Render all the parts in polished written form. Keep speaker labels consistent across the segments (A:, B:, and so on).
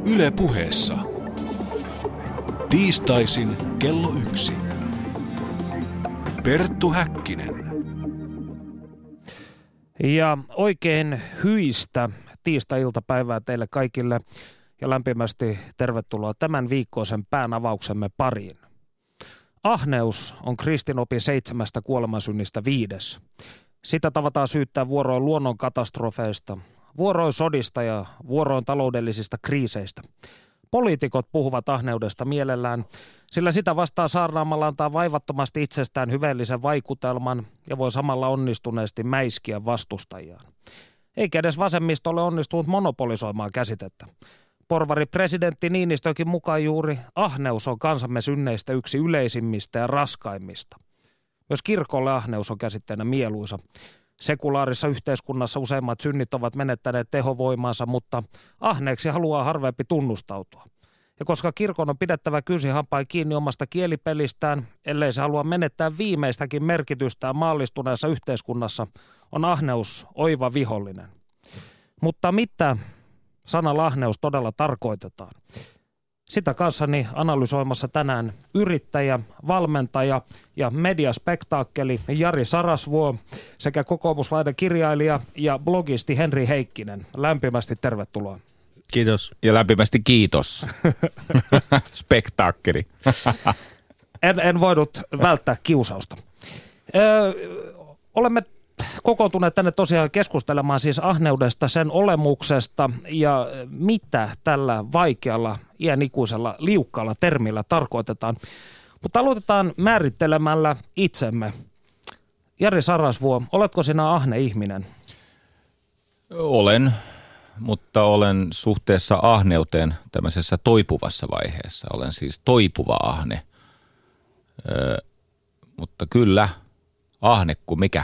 A: Yle Puheessa. Tiistaisin kello 1. Perttu Häkkinen.
B: Ja oikein hyistä tiistai-iltapäivää teille kaikille ja lämpimästi tervetuloa tämän viikkoisen päänavauksemme pariin. Ahneus on kristinopin 7 kuolemansynnistä 5. Sitä tavataan syyttää vuoroin luonnon katastrofeista, vuoroin sodista ja vuoroin taloudellisista kriiseistä. Poliitikot puhuvat ahneudesta mielellään, sillä sitä vastaan saarnaamalla antaa vaivattomasti itsestään hyveellisen vaikutelman ja voi samalla onnistuneesti mäiskiä vastustajiaan. Eikä edes vasemmisto ole onnistunut monopolisoimaan käsitettä. Porvari presidentti Niinistökin mukaan juuri ahneus on kansamme synneistä yksi yleisimmistä ja raskaimmista. Myös kirkolle ahneus on käsitteenä mieluisa. Sekulaarissa yhteiskunnassa useimmat synnit ovat menettäneet tehovoimaansa, mutta ahneeksi haluaa harvempi tunnustautua. Ja koska kirkon on pidettävä kynsin hampain kiinni omasta kielipelistään, ellei se halua menettää viimeistäkin merkitystään maallistuneessa yhteiskunnassa, on ahneus oiva vihollinen. Mutta mitä sanalla ahneus todella tarkoitetaan? Sitä kanssani analysoimassa tänään yrittäjä, valmentaja ja mediaspektaakkeli Jari Sarasvuo sekä kokoomuslainen kirjailija ja blogisti Henri Heikkinen. Lämpimästi tervetuloa.
C: Kiitos.
D: Ja lämpimästi kiitos. Spektaakkeli.
B: En voinut välttää kiusausta. Olemme kokoontuneet tänne tosiaan keskustelemaan siis ahneudesta, sen olemuksesta ja mitä tällä vaikealla, iänikuisella, liukkaalla termillä tarkoitetaan. Mutta aloitetaan määrittelemällä itsemme. Jari Sarasvuo, oletko sinä ahne ihminen?
D: Olen, mutta olen suhteessa ahneuteen tämmöisessä toipuvassa vaiheessa. Olen siis toipuva ahne. Mutta kyllä, ahne kuin mikä.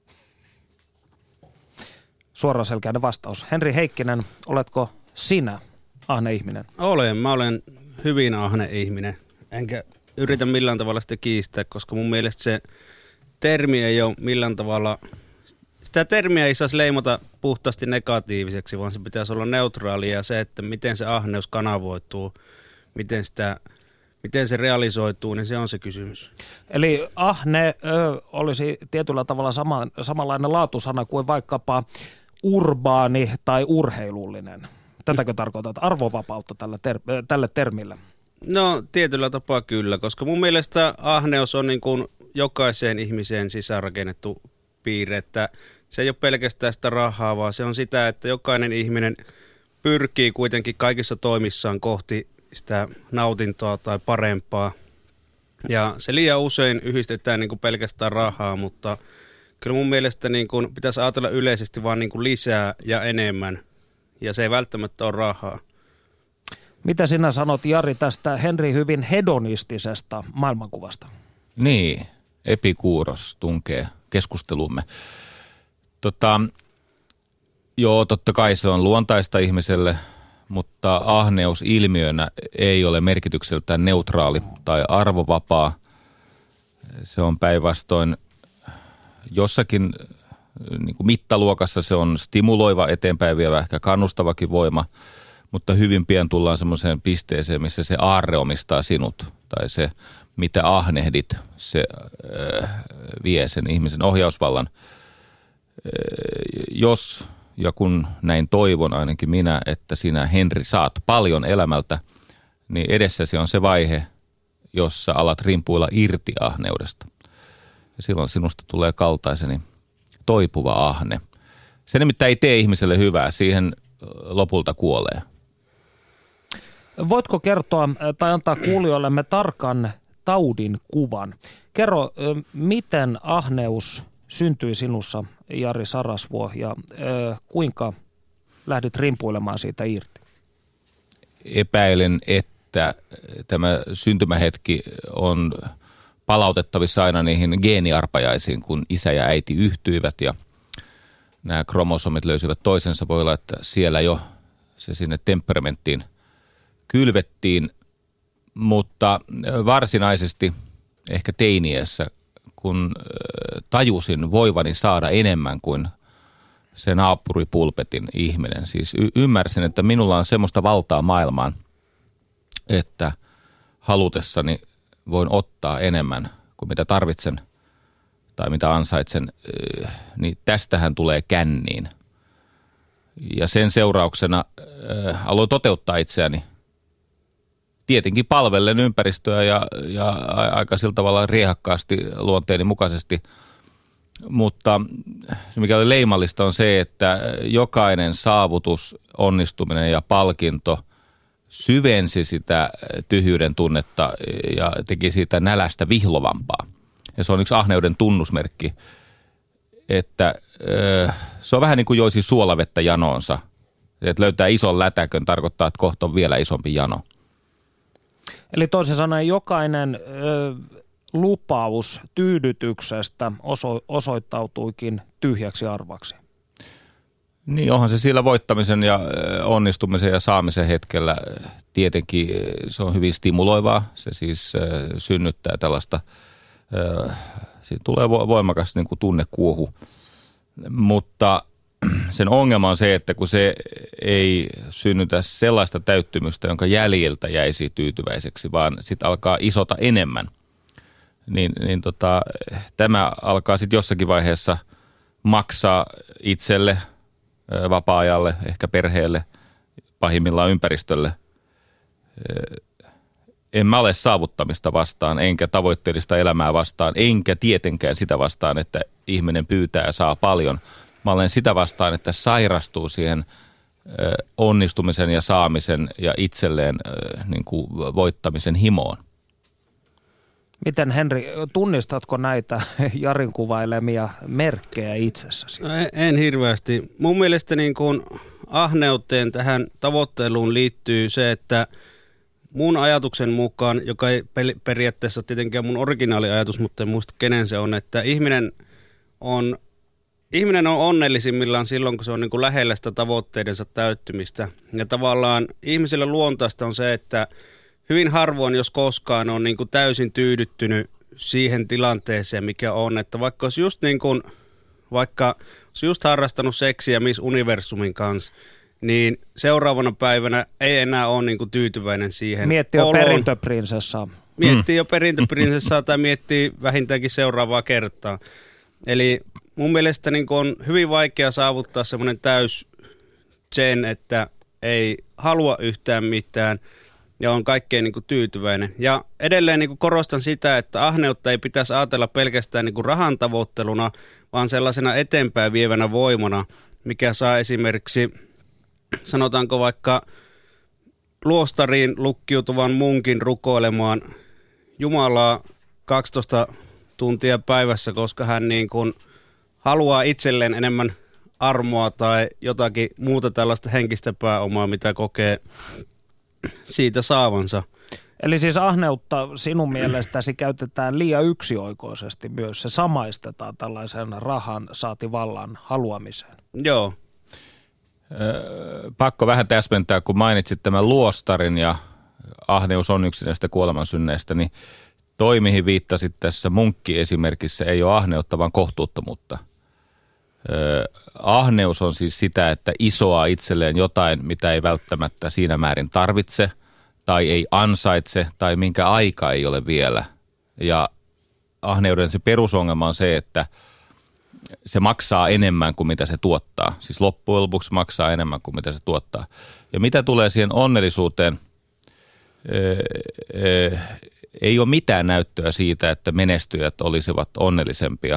B: Suoraselkäinen vastaus. Henri Heikkinen, oletko sinä ahne ihminen?
C: Mä olen hyvin ahne ihminen. Enkä yritä millään tavalla sitä kiistää, koska mun mielestä se termi ei ole millään tavalla, sitä termiä ei saisi leimata puhtaasti negatiiviseksi, vaan se pitäisi olla neutraalia ja se, että miten se ahneus kanavoituu, miten se realisoituu, niin se on se kysymys.
B: Eli ahne olisi tietyllä tavalla samanlainen laatusana kuin vaikkapa urbaani tai urheilullinen. Tätäkö tarkoitat arvovapautta tälle termille?
C: No tietyllä tapaa kyllä, koska mun mielestä ahneus on niin kuin jokaiseen ihmiseen sisäänrakennettu piirre, että se ei ole pelkästään sitä rahaa, vaan se on sitä, että jokainen ihminen pyrkii kuitenkin kaikissa toimissaan kohti sitä nautintoa tai parempaa. Ja se liian usein yhdistetään niin kuin pelkästään rahaa, mutta kyllä mun mielestä niin kuin pitäisi ajatella yleisesti vaan niin kuin lisää ja enemmän, ja se ei välttämättä ole rahaa.
B: Mitä sinä sanot, Jari, tästä Henri hyvin hedonistisesta maailmankuvasta?
D: Niin, Epikuuros tunkee keskustelumme. Joo, totta kai se on luontaista ihmiselle, mutta ahneus ilmiönä ei ole merkitykseltään neutraali tai arvovapaa. Se on päinvastoin jossakin niin kuin mittaluokassa se on stimuloiva, eteenpäin vievä, ehkä kannustavakin voima, mutta hyvin pian tullaan semmoiseen pisteeseen, missä se aarre omistaa sinut tai se, mitä ahnehdit, se vie sen ihmisen ohjausvallan. Jos ja kun näin toivon ainakin minä, että sinä Henri saat paljon elämältä, niin edessäsi on se vaihe, jossa alat rimpuilla irti ahneudesta. Ja silloin sinusta tulee kaltaiseni toipuva ahne. Se nimittäin ei tee ihmiselle hyvää, siihen lopulta kuolee.
B: Voitko kertoa tai antaa kuulijoillemme tarkan taudin kuvan? Kerro, miten ahneus syntyi sinussa, Jari Sarasvuo, ja kuinka lähdit rimpuilemaan siitä irti?
D: Epäilen, että tämä syntymähetki on palautettavissa aina niihin geeniarpajaisiin, kun isä ja äiti yhtyivät ja nämä kromosomit löysivät toisensa. Voi olla, että siellä jo se sinne temperamenttiin kylvettiin, mutta varsinaisesti ehkä teiniässä, kun tajusin voivani saada enemmän kuin se naapuripulpetin ihminen. Siis ymmärsin, että minulla on semmoista valtaa maailmaan, että halutessani voin ottaa enemmän kuin mitä tarvitsen tai mitä ansaitsen, niin tästähän tulee känniin. Ja sen seurauksena aloin toteuttaa itseäni. Tietenkin palvellen ympäristöä ja aika sillä tavalla riehakkaasti luonteeni mukaisesti. Mutta se mikä oli leimallista on se, että jokainen saavutus, onnistuminen ja palkinto syvensi sitä tyhjyyden tunnetta ja teki siitä nälästä vihlovampaa. Ja se on yksi ahneuden tunnusmerkki, että se on vähän niin kuin joisi suolavettä janoonsa. Että löytää ison lätäkön tarkoittaa, että kohta on vielä isompi jano.
B: Eli toisin sanoen jokainen lupaus tyydytyksestä osoittautuikin tyhjäksi arvaksi.
D: Niin, onhan se sillä voittamisen ja onnistumisen ja saamisen hetkellä tietenkin se on hyvin stimuloivaa. Se siis synnyttää tällaista, siitä tulee voimakas niin kuin tunnekuohu. Mutta sen ongelma on se, että kun se ei synnytä sellaista täyttymystä, jonka jäljiltä jäisi tyytyväiseksi, vaan sitten alkaa isota enemmän, niin tämä alkaa sitten jossakin vaiheessa maksaa itselle, vapaa-ajalle, ehkä perheelle, pahimmillaan ympäristölle. En mä ole saavuttamista vastaan, enkä tavoitteellista elämää vastaan, enkä tietenkään sitä vastaan, että ihminen pyytää ja saa paljon. Mä olen sitä vastaan, että sairastuu siihen onnistumisen ja saamisen ja itselleen niin kuin voittamisen himoon.
B: Miten Henri, tunnistatko näitä Jarin kuvailemia merkkejä itsessäsi?
C: No en hirveästi. Mun mielestä niin kuin ahneuteen tähän tavoitteluun liittyy se, että mun ajatuksen mukaan, joka ei periaatteessa ole tietenkään mun originaaliajatus, mutta en muista kenen se on, että ihminen on onnellisimmillaan silloin, kun se on niin kuin lähellä sitä tavoitteidensa täyttymistä. Ja tavallaan ihmisille luontaista on se, että hyvin harvoin, jos koskaan, on niin kuin täysin tyydyttynyt siihen tilanteeseen, mikä on. Että vaikka olisi just harrastanut seksiä Miss Universumin kanssa, niin seuraavana päivänä ei enää ole niin kuin tyytyväinen siihen.
B: Miettii jo perintöprinsessaa.
C: Miettii jo perintöprinsessaa tai miettii vähintäänkin seuraavaa kertaa. Eli mun mielestä niin kuin on hyvin vaikea saavuttaa semmoinen täys zen, että ei halua yhtään mitään ja on kaikkein niin kuin tyytyväinen. Ja edelleen niin kuin korostan sitä, että ahneutta ei pitäisi ajatella pelkästään niin kuin rahan tavoitteluna, vaan sellaisena eteenpäin vievänä voimana, mikä saa esimerkiksi, sanotaanko vaikka luostariin lukkiutuvan munkin rukoilemaan Jumalaa 12 tuntia päivässä, koska hän niin kuin haluaa itselleen enemmän armoa tai jotakin muuta tällaista henkistä pääomaa, mitä kokee siitä saavansa.
B: Eli siis ahneutta sinun mielestäsi käytetään liian yksioikoisesti myös. Se samaistetaan tällaisen rahan saati vallan haluamiseen.
C: Joo.
D: Pakko vähän täsmentää, kun mainitsit tämän luostarin ja ahneus on yksi näistä kuolemansynneistä, niin mihin viittasit tässä munkki-esimerkissä ei ole ahneutta, vaan kohtuuttomuutta. Ahneus on siis sitä, että isoaa itselleen jotain, mitä ei välttämättä siinä määrin tarvitse tai ei ansaitse tai minkä aika ei ole vielä. Ja ahneuden se perusongelma on se, että se maksaa enemmän kuin mitä se tuottaa. Siis loppujen lopuksi maksaa enemmän kuin mitä se tuottaa. Ja mitä tulee siihen onnellisuuteen, ei ole mitään näyttöä siitä, että menestyjät olisivat onnellisempia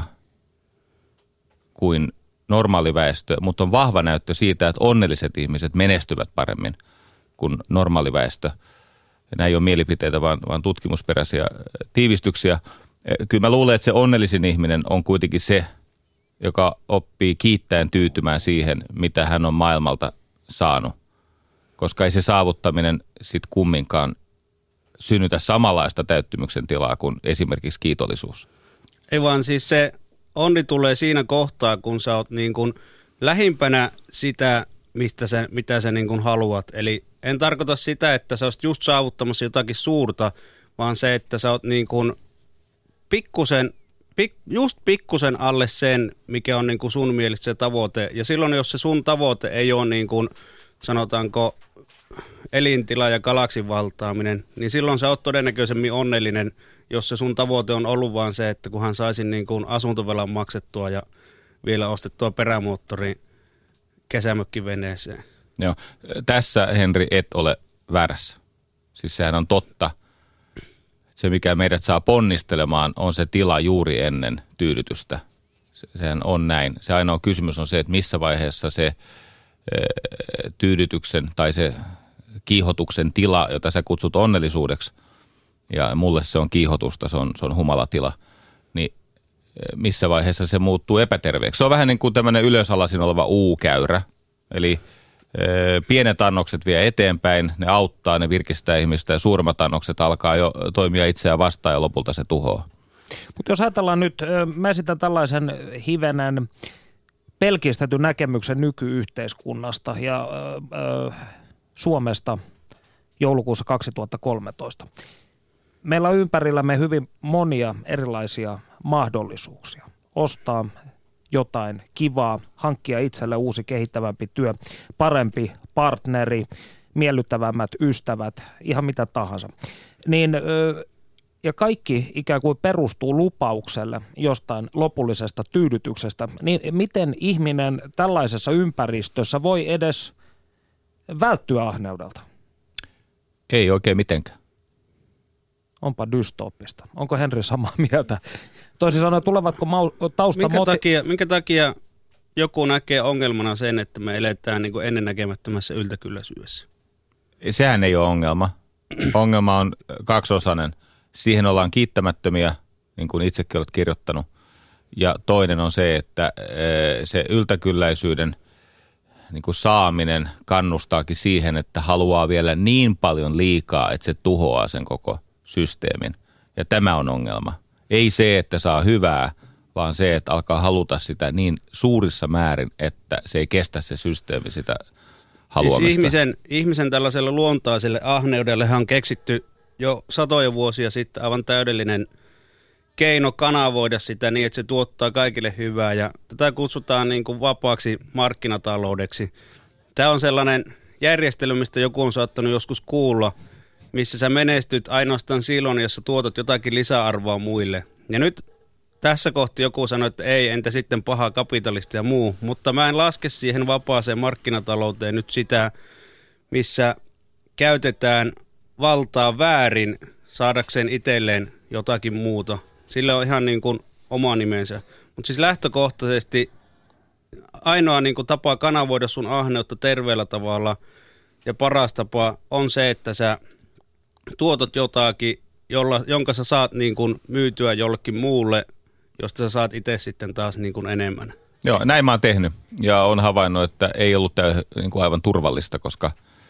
D: kuin normaali väestö, mutta on vahva näyttö siitä, että onnelliset ihmiset menestyvät paremmin kuin normaali väestö. Ja nämä ei ole mielipiteitä, vaan tutkimusperäisiä tiivistyksiä. Kyllä mä luulen, että se onnellisin ihminen on kuitenkin se, joka oppii kiittäen tyytymään siihen, mitä hän on maailmalta saanut. Koska ei se saavuttaminen sitten kumminkaan synnytä samanlaista täyttymyksen tilaa kuin esimerkiksi kiitollisuus.
C: Ei vaan siis se onni tulee siinä kohtaa, kun sä oot niin kuin lähimpänä sitä, mitä sä niin kuin haluat. Eli en tarkoita sitä, että sä olisit just saavuttamassa jotakin suurta, vaan se, että sä oot niin kuin pikkusen just pikkusen alle sen, mikä on niin kuin sun mielestä se tavoite. Ja silloin, jos se sun tavoite ei ole niin kuin, sanotaanko, elintila ja galaksin valtaaminen, niin silloin sä oot todennäköisemmin onnellinen, jos se sun tavoite on ollut vaan se, että kunhan saisin niin kuin asuntovelan maksettua ja vielä ostettua perämoottoriin kesämökkiveneeseen.
D: Joo. Tässä, Henri, et ole väärässä. Siis sehän on totta. Se, mikä meidät saa ponnistelemaan, on se tila juuri ennen tyydytystä. Sehän on näin. Se ainoa kysymys on se, että missä vaiheessa se tyydytyksen tai se kiihotuksen tila, jota sä kutsut onnellisuudeksi, ja mulle se on kiihotusta, se on humalatila, niin missä vaiheessa se muuttuu epäterveeksi. Se on vähän niin kuin tämmöinen ylösalaisin oleva U-käyrä, eli pienet annokset vie eteenpäin, ne auttaa, ne virkistää ihmistä ja suuremmat annokset alkaa jo toimia itseään vastaan ja lopulta se tuhoaa.
B: Mutta jos ajatellaan nyt, mä esitän tällaisen hivenen pelkistetyn näkemyksen nykyyhteiskunnasta ja Suomesta joulukuussa 2013. Meillä on ympärillämme hyvin monia erilaisia mahdollisuuksia ostaa jotain kivaa, hankkia itselle uusi kehittävämpi työ, parempi partneri, miellyttävämmät ystävät, ihan mitä tahansa. Ja kaikki ikään kuin perustuu lupaukselle jostain lopullisesta tyydytyksestä. Niin miten ihminen tällaisessa ympäristössä voi edes välttyä ahneudelta?
D: Ei oikein mitenkään.
B: Onpa dystooppista. Onko Henri samaa mieltä? Toisin sanoen, tulevatko
C: minkä takia joku näkee ongelmana sen, että me eletään niin kuin ennennäkemättömässä yltäkylläisyydessä?
D: Sehän ei ole ongelma. Ongelma on kaksiosainen. Siihen ollaan kiittämättömiä, niin kuin itsekin olet kirjoittanut. Ja toinen on se, että se yltäkylläisyyden niin kuin saaminen kannustaakin siihen, että haluaa vielä niin paljon liikaa, että se tuhoaa sen koko systeemin. Ja tämä on ongelma. Ei se, että saa hyvää, vaan se, että alkaa haluta sitä niin suurissa määrin, että se ei kestä se systeemi sitä haluamista.
C: Siis ihmisen tällaiselle luontaiselle ahneudellehan on keksitty jo satoja vuosia sitten aivan täydellinen keino kanavoida sitä niin, että se tuottaa kaikille hyvää. Ja tätä kutsutaan niin kuin vapaaksi markkinataloudeksi. Tämä on sellainen järjestely, mistä joku on saattanut joskus kuulla, missä sä menestyt ainoastaan silloin, jos sä tuotat jotakin lisäarvoa muille. Ja nyt tässä kohti joku sanoi, että ei, entä sitten paha kapitalista ja muu. Mutta mä en laske siihen vapaaseen markkinatalouteen nyt sitä, missä käytetään valtaa väärin saadakseen itselleen jotakin muuta. Sillä on ihan niin kuin oma nimensä. Mutta siis lähtökohtaisesti ainoa niin kuin tapa kanavoida sun ahneutta terveellä tavalla ja paras tapa on se, että sä tuotot jotakin, jonka sä saat niin kuin myytyä jollekin muulle, josta sä saat itse sitten taas niin kuin enemmän.
D: Joo, näin mä oon tehnyt ja on havainnut, että ei ollut niin kuin aivan turvallista, koska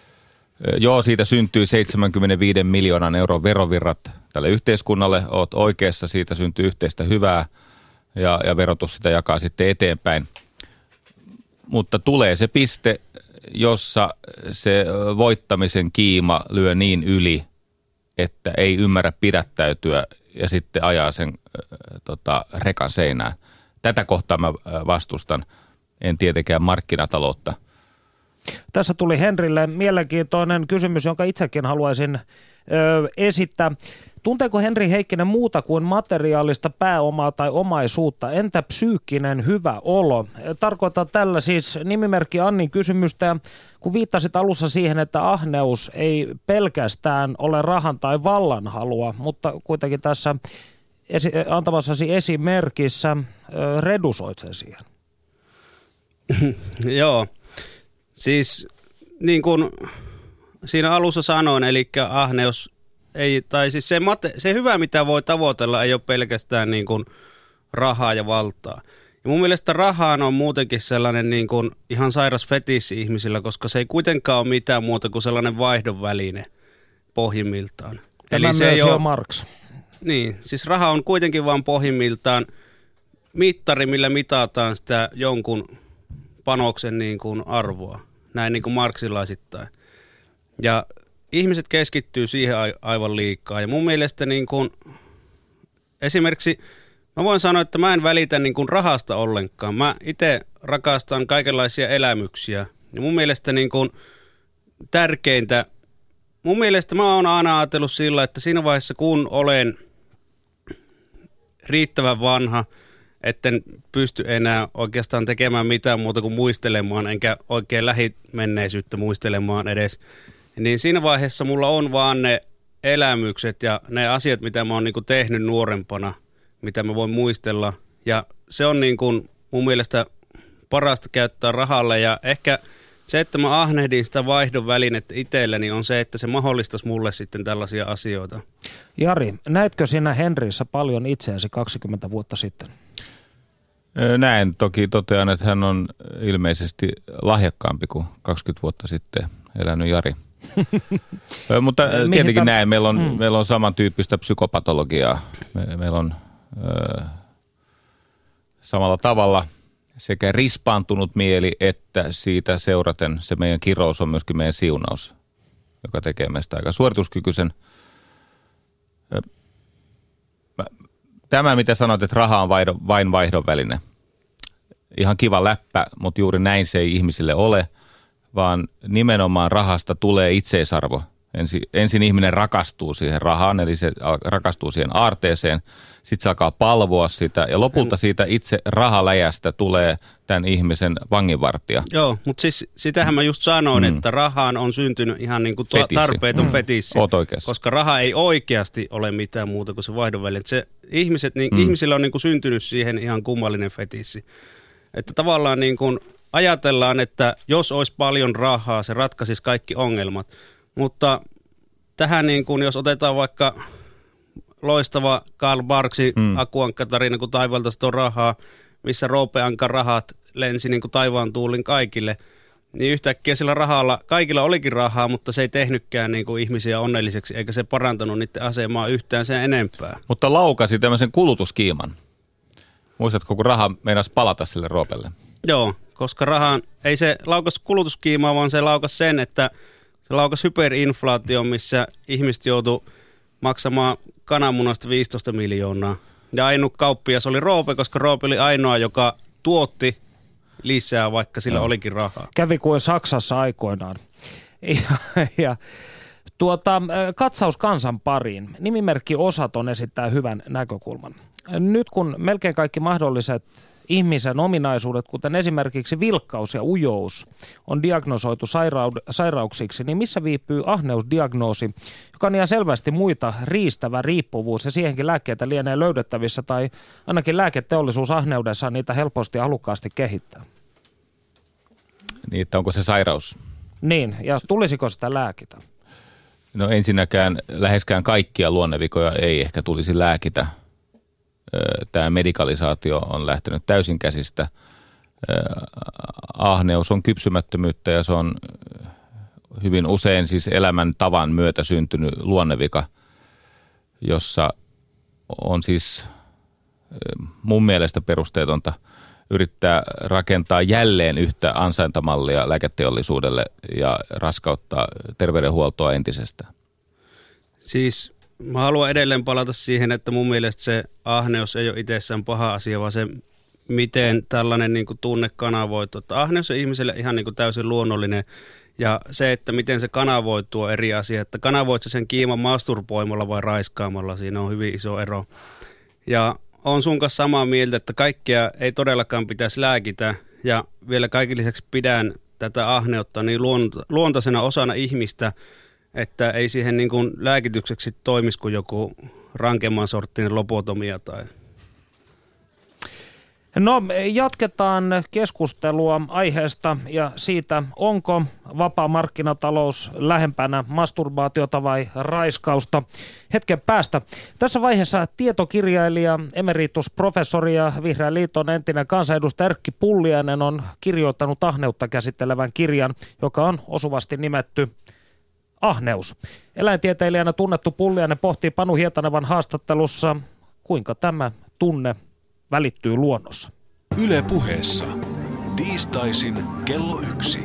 D: siitä syntyy 75 miljoonan euron verovirrat tälle yhteiskunnalle. Oot oikeassa, siitä syntyy yhteistä hyvää ja verotus sitä jakaa sitten eteenpäin. Mutta tulee se piste, jossa se voittamisen kiima lyö niin yli, että ei ymmärrä pidättäytyä ja sitten ajaa sen rekan seinään. Tätä kohtaa mä vastustan, en tietenkään markkinataloutta.
B: Tässä tuli Henrille mielenkiintoinen kysymys, jonka itsekin haluaisin esittää. Tunteeko Henri Heikkinen muuta kuin materiaalista pääomaa tai omaisuutta? Entä psyykkinen hyvä olo? Tarkoitan tällä siis nimimerkki Annin kysymystä, kun viittasit alussa siihen, että ahneus ei pelkästään ole rahan tai vallan halua, mutta kuitenkin tässä antamassasi esimerkissä redusoit sen siihen.
C: Joo. Siis niin kuin siinä alussa sanoin, eli ahneus ei, tai siis se hyvä, mitä voi tavoitella, ei ole pelkästään niin kuin rahaa ja valtaa. Ja mun mielestä rahaan on muutenkin sellainen niin kuin ihan sairas fetissi ihmisillä, koska se ei kuitenkaan ole mitään muuta kuin sellainen vaihdon väline pohjimmiltaan.
B: Tämä eli se myös jo Marx.
C: Niin, siis raha on kuitenkin vaan pohjimmiltaan mittari, millä mitataan sitä jonkun panoksen niin kuin arvoa, näin niin kuin marxilaisittain. Ja ihmiset keskittyy siihen aivan liikaa. Ja mun mielestä niin kuin, esimerkiksi Mä voin sanoa, että mä en välitä niin kuin rahasta ollenkaan. Mä itse rakastan kaikenlaisia elämyksiä. Ja mun mielestä niin kuin tärkeintä, mun mielestä mä oon aina ajatellut sillä, että siinä vaiheessa kun olen riittävän vanha, etten pysty enää oikeastaan tekemään mitään muuta kuin muistelemaan, enkä oikein lähimenneisyyttä muistelemaan edes, niin siinä vaiheessa mulla on vaan ne elämykset ja ne asiat, mitä mä oon niin kuin tehnyt nuorempana, mitä mä voin muistella. Ja se on niin kuin mun mielestä parasta käyttää rahalle ja ehkä se, että mä ahnehdin sitä vaihdon välinettä itselleni, on se, että se mahdollistaisi mulle sitten tällaisia asioita.
B: Jari, näetkö sinä Henrissä paljon itseäsi 20 vuotta sitten?
D: Näin toki totean, että hän on ilmeisesti lahjakkaampi kuin 20 vuotta sitten elänyt Jari. Mutta tietenkin näin, meillä on samantyyppistä psykopatologiaa. Meillä on samalla tavalla sekä rispaantunut mieli, että siitä seuraten se meidän kirous on myöskin meidän siunaus, joka tekee meistä aika suorituskykyisen. Tämä, mitä sanoit, että raha on vain vaihdon väline. Ihan kiva läppä, mutta juuri näin se ei ihmisille ole, vaan nimenomaan rahasta tulee itseisarvo. Ensin ihminen rakastuu siihen rahaan, eli se rakastuu siihen aarteeseen, sitten se alkaa palvoa sitä, ja lopulta siitä itse rahaläjästä tulee tämän ihmisen vanginvartija.
C: Joo, mutta siis sitähän mä just sanoin, että rahaan on syntynyt ihan niin kuin tarpeeton fetissi.
D: Oot oikeassa.
C: Koska raha ei oikeasti ole mitään muuta kuin se vaihdonväline. Ihmisillä on niin kuin syntynyt siihen ihan kummallinen fetissi. Että tavallaan niin kuin ajatellaan, että jos olisi paljon rahaa, se ratkaisisi kaikki ongelmat. Mutta tähän niin kuin, jos otetaan vaikka loistava Karl Barksin Akuankka-tarina, kun taivaalta sitä on rahaa, missä Roope Ankan rahat lensi niin kuin taivaan tuulin kaikille, niin yhtäkkiä sillä rahalla, kaikilla olikin rahaa, mutta se ei tehnytkään niin kuin ihmisiä onnelliseksi, eikä se parantanut niiden asemaa yhtään sen enempää.
D: Mutta laukasi tämmöisen kulutuskiiman. Muistatko, kun raha meinasi palata sille Roopelle?
C: Joo, koska rahaan ei se laukas kulutuskiimaa, vaan se laukas sen, että se laukas hyperinflaatio, missä ihmiset joutui maksamaan kananmunasta 15 miljoonaa. Ja ainut kauppias oli Roope, koska Roope oli ainoa, joka tuotti lisää, vaikka sillä olikin rahaa.
B: Kävi kuin Saksassa aikoinaan. Katsaus kansan pariin. Nimimerkki Osaton esittää hyvän näkökulman. Nyt kun melkein kaikki mahdolliset ihmisen ominaisuudet, kuten esimerkiksi vilkkaus ja ujous, on diagnosoitu sairauksiksi, niin missä viipyy ahneusdiagnoosi, joka on ihan selvästi muita riistävä riippuvuus, ja siihenkin lääkkeitä lienee löydettävissä, tai ainakin lääketeollisuus ahneudessa niitä helposti alukkaasti kehittää.
D: Niin, että onko se sairaus?
B: Niin, ja tulisiko sitä lääkitä?
D: No ensinnäkään läheskään kaikkia luonnevikoja ei ehkä tulisi lääkitä. Tämä medikalisaatio on lähtenyt täysin käsistä. Ahneus on kypsymättömyyttä ja se on hyvin usein siis elämäntavan myötä syntynyt luonnevika, jossa on siis mun mielestä perusteetonta yrittää rakentaa jälleen yhtä ansaintamallia lääketeollisuudelle ja raskauttaa terveydenhuoltoa entisestään.
C: Siis mä haluan edelleen palata siihen, että mun mielestä se ahneus ei ole itsessään paha asia, vaan se, miten tällainen niin kuin tunne kanavoituu. Ahneus on ihmiselle ihan niin kuin täysin luonnollinen, ja se, että miten se kanavoituu on eri asia. Että kanavoit sä sen kiiman masturboimalla vai raiskaamalla, siinä on hyvin iso ero. Ja on sun kanssa samaa mieltä, että kaikkea ei todellakaan pitäisi lääkitä, ja vielä kaiken lisäksi pidän tätä ahneutta niin luontaisena osana ihmistä, että ei siihen niin kuin lääkitykseksi toimisi kuin joku rankemman sorttinen lobotomia tai...
B: No, jatketaan keskustelua aiheesta ja siitä, onko vapaa markkinatalous lähempänä masturbaatiota vai raiskausta hetken päästä. Tässä vaiheessa tietokirjailija, emeritusprofessori ja Vihreän liiton entinen kansanedustaja Erkki Pulliainen on kirjoittanut ahneutta käsittelevän kirjan, joka on osuvasti nimetty Ahneus. Eläintieteilijänä tunnettu Pulliainen pohtii Panu Hietanevan haastattelussa, kuinka tämä tunne välittyy luonnossa.
A: Yle Puheessa. Tiistaisin kello 1.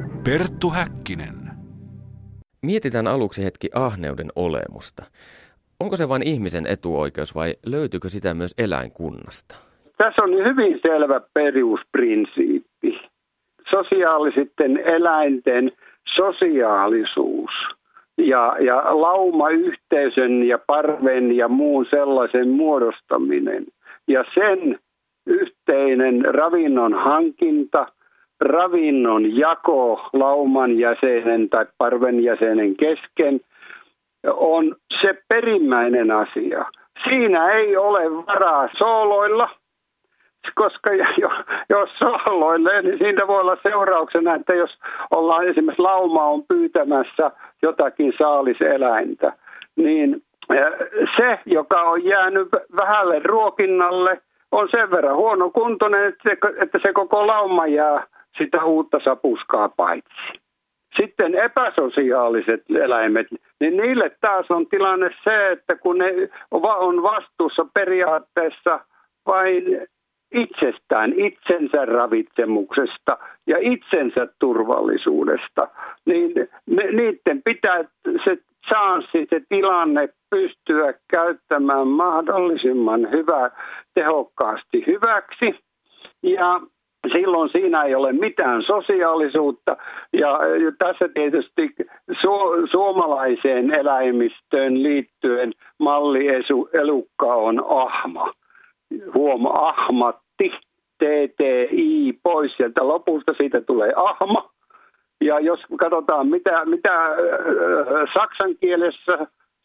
A: Perttu Häkkinen.
E: Mietitään aluksi hetki ahneuden olemusta. Onko se vain ihmisen etuoikeus vai löytyykö sitä myös eläinkunnasta?
F: Tässä on hyvin selvä perusprinsiippi. Sosiaalisten eläinten sosiaalisuus ja laumayhteisön ja parven ja muun sellaisen muodostaminen ja sen yhteinen ravinnon hankinta, ravinnon jako lauman jäsenen tai parven jäsenen kesken on se perimmäinen asia. Siinä ei ole varaa sooloilla, koska jos sooloilee, niin siitä voi olla seurauksena, että jos ollaan esimerkiksi lauma on pyytämässä jotakin saaliseläintä, niin se, joka on jäänyt vähälle ruokinnalle, on sen verran huonokuntoinen, että se koko lauma jää sitä uutta sapuskaa paitsi. Sitten epäsosiaaliset eläimet, niin niille taas on tilanne se, että kun ne on vastuussa periaatteessa vain itsensä ravitsemuksesta ja itsensä turvallisuudesta, niin niiden pitää se chanssi, se tilanne pystyä käyttämään mahdollisimman tehokkaasti hyväksi. Ja silloin siinä ei ole mitään sosiaalisuutta. Ja tässä tietysti suomalaiseen eläimistöön liittyen mallielukka on ahma. Ahmatti, TTI pois sieltä lopusta, siitä tulee ahma. Ja jos katsotaan, mitä saksan kielessä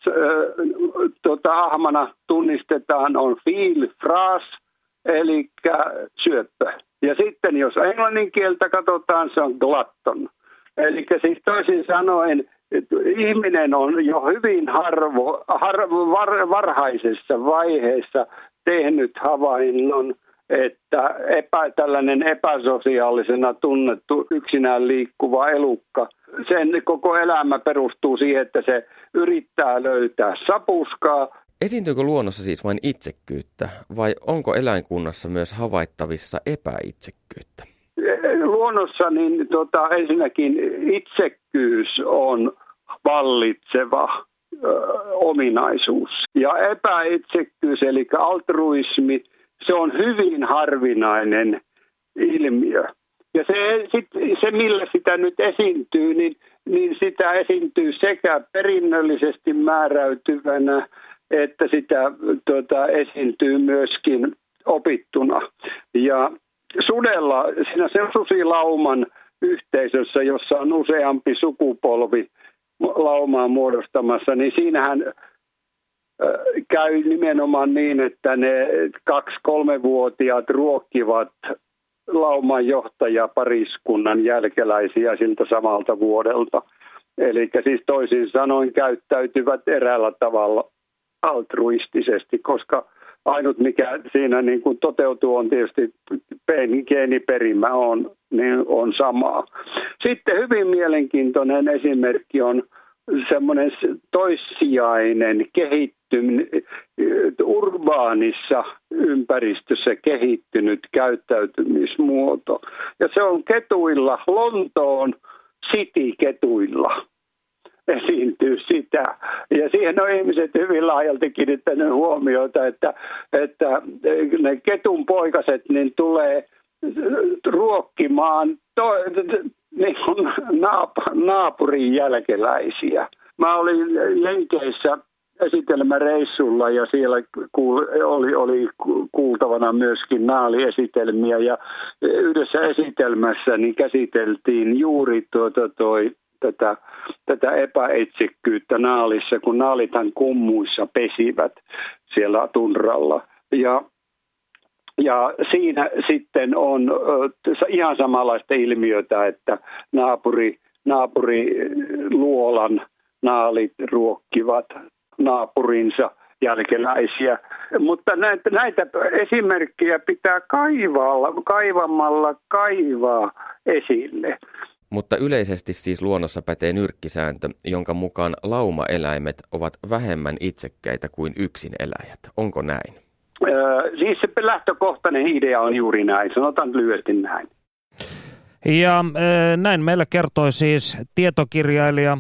F: ahmana tunnistetaan, on Vielfraß, eli syöppö. Ja sitten jos englannin kieltä katsotaan, se on glutton. Eli siis toisin sanoen, ihminen on jo hyvin varhaisessa vaiheessa tehnyt havainnon, että tällainen epäsosiaalisena tunnettu yksinään liikkuva elukka, sen koko elämä perustuu siihen, että se yrittää löytää sapuskaa.
E: Esiintyykö luonnossa siis vain itsekkyyttä vai onko eläinkunnassa myös havaittavissa epäitsekkyyttä?
F: Luonnossa niin ensinnäkin itsekkyys on vallitseva ominaisuus ja epäitsekkyys eli altruismi, se on hyvin harvinainen ilmiö. Ja se millä sitä nyt esiintyy, niin sitä esiintyy sekä perinnöllisesti määräytyvänä, että sitä esiintyy myöskin opittuna. Ja sudella, siinä se susilauman yhteisössä, jossa on useampi sukupolvi laumaa muodostamassa, niin siinähän käy nimenomaan niin, että ne 2-3-vuotiaat ruokkivat laumanjohtajapariskunnan jälkeläisiä siltä samalta vuodelta. Eli siis toisin sanoen käyttäytyvät eräällä tavalla altruistisesti, koska ainut mikä siinä niin kuin toteutuu on tietysti geeniperimä on samaa. Sitten hyvin mielenkiintoinen esimerkki on semmoinen toissijainen urbaanissa ympäristössä kehittynyt käyttäytymismuoto. Ja se on ketuilla, Lontoon City-ketuilla esiintyy sitä. Ja siihen on ihmiset hyvin laajalti kiinnittänyt huomiota, että ne ketun poikaset niin tulee ruokkimaan niin naapurin jälkeläisiä. Mä olin Jenkeissä esitelmäreissulla ja siellä oli kuultavana myöskin naaliesitelmiä ja yhdessä esitelmässä niin käsiteltiin juuri tätä epäitsekkyyttä naalissa, kun naalithan kummuissa pesivät siellä tunralla. Ja siinä sitten on ihan samanlaista ilmiötä, että naapuriluolan naalit ruokkivat naapurinsa jälkeläisiä. Mutta näitä esimerkkejä pitää kaivamalla kaivaa esille.
E: Mutta yleisesti siis luonnossa pätee nyrkkisääntö, jonka mukaan laumaeläimet ovat vähemmän itsekkäitä kuin yksineläjät. Onko näin?
F: Siis se lähtökohtainen idea on juuri näin, sanotaan lyhyesti näin.
B: Ja näin meillä kertoi siis tietokirjailija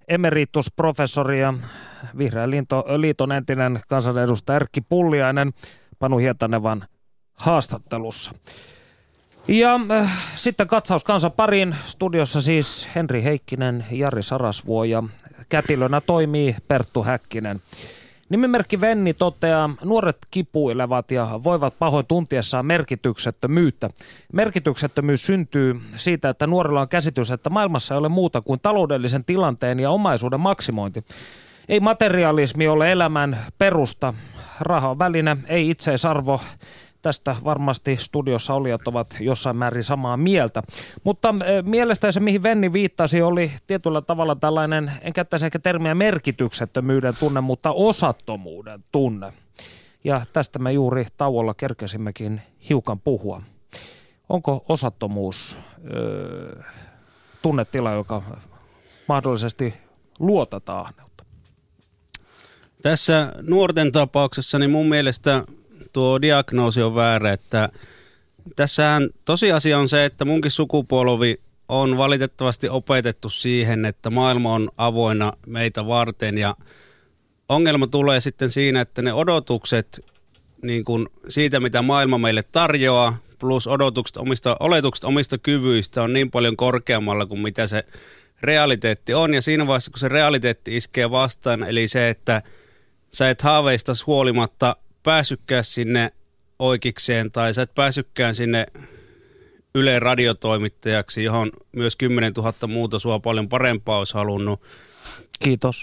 B: emeritusprofessori ja Vihreän liiton entinen kansanedustaja Erkki Pulliainen Panu Hietanevan haastattelussa. Ja sitten katsaus kansan pariin. Studiossa siis Henri Heikkinen, Jari Sarasvuo ja kätilönä toimii Perttu Häkkinen. Nimimerkki Venni toteaa, nuoret kipuilevat ja voivat pahoin tuntiessaan merkityksettömyyttä. Merkityksettömyys syntyy siitä, että nuorilla on käsitys, että maailmassa ei ole muuta kuin taloudellisen tilanteen ja omaisuuden maksimointi. Ei materialismi ole elämän perusta. Raha on väline, ei itseisarvo. Tästä varmasti studiossa olijat ovat jossain määrin samaa mieltä. Mutta mielestäni se, mihin Venni viittasi, oli tietyllä tavalla tällainen, en käyttäisi ehkä termiä merkityksettömyyden tunne, mutta osattomuuden tunne. Ja tästä me juuri tauolla kerkesimmekin hiukan puhua. Onko osattomuus tunnetila, joka mahdollisesti luo tätä ahneutta?
C: Tässä nuorten tapauksessa niin mun mielestä tuo diagnoosi on väärä, että tässähän tosiasia on se, että munkin sukupolvi on valitettavasti opetettu siihen, että maailma on avoinna meitä varten ja ongelma tulee sitten siinä, että ne odotukset niin kuin siitä, mitä maailma meille tarjoaa, plus oletukset omista kyvyistä on niin paljon korkeammalla kuin mitä se realiteetti on ja siinä vaiheessa, kun se realiteetti iskee vastaan, eli se, että sä et haaveistas huolimatta päässytkään sinne oikeikseen tai sä et päässytkään sinne Ylen radiotoimittajaksi, johon myös 10 000 muuta sua paljon parempaa olisi halunnut.
B: Kiitos.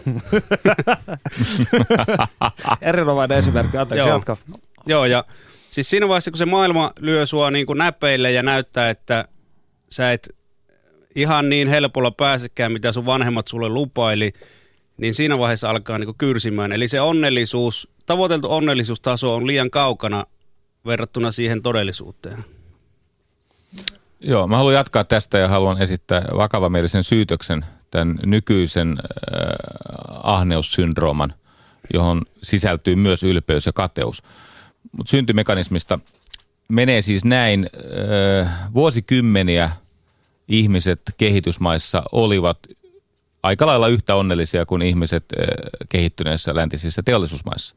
B: Erinomainen esimerkki, anteeksi jatka.
C: Joo, ja siis siinä vaiheessa, kun se maailma lyö sua niin kuin näpeille ja näyttää, että sä et ihan niin helpolla pääsekään, mitä sun vanhemmat sulle lupaili, niin siinä vaiheessa alkaa niin kuin kyrsimään. Eli se tavoiteltu onnellisuustaso on liian kaukana verrattuna siihen todellisuuteen.
D: Joo, mä haluan jatkaa tästä ja haluan esittää vakavamielisen syytöksen tämän nykyisen ahneussyndrooman, johon sisältyy myös ylpeys ja kateus. Mutta syntymekanismista menee siis näin. Vuosikymmeniä ihmiset kehitysmaissa olivat aika lailla yhtä onnellisia kuin ihmiset kehittyneissä läntisissä teollisuusmaissa.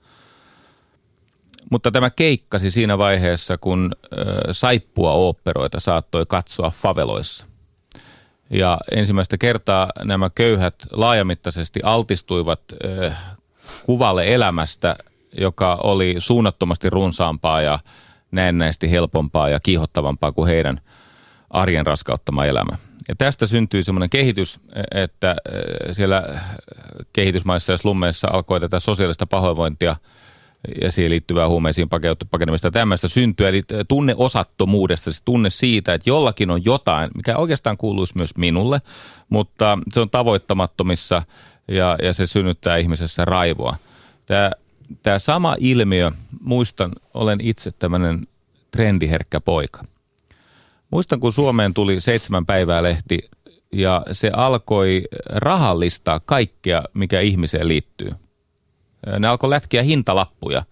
D: Mutta tämä keikkasi siinä vaiheessa, kun saippua-oopperoita saattoi katsoa faveloissa. Ja ensimmäistä kertaa nämä köyhät laajamittaisesti altistuivat kuvalle elämästä, joka oli suunnattomasti runsaampaa ja näennäisesti helpompaa ja kiihottavampaa kuin heidän arjen raskauttama elämä. Ja tästä syntyi semmoinen kehitys, että siellä kehitysmaissa ja slummeissa alkoi tätä sosiaalista pahoinvointia ja siihen liittyvää huumeisiin pakenemista tämmöistä syntyä. Eli tunne osattomuudesta, siis tunne siitä, että jollakin on jotain, mikä oikeastaan kuuluisi myös minulle, mutta se on tavoittamattomissa ja se synnyttää ihmisessä raivoa. Tämä sama ilmiö, muistan, olen itse tämmöinen trendiherkkä poika. Muistan, kun Suomeen tuli 7 päivää -lehti ja se alkoi rahallistaa kaikkea, mikä ihmiseen liittyy. Ne alkoi lätkiä hintalappuja,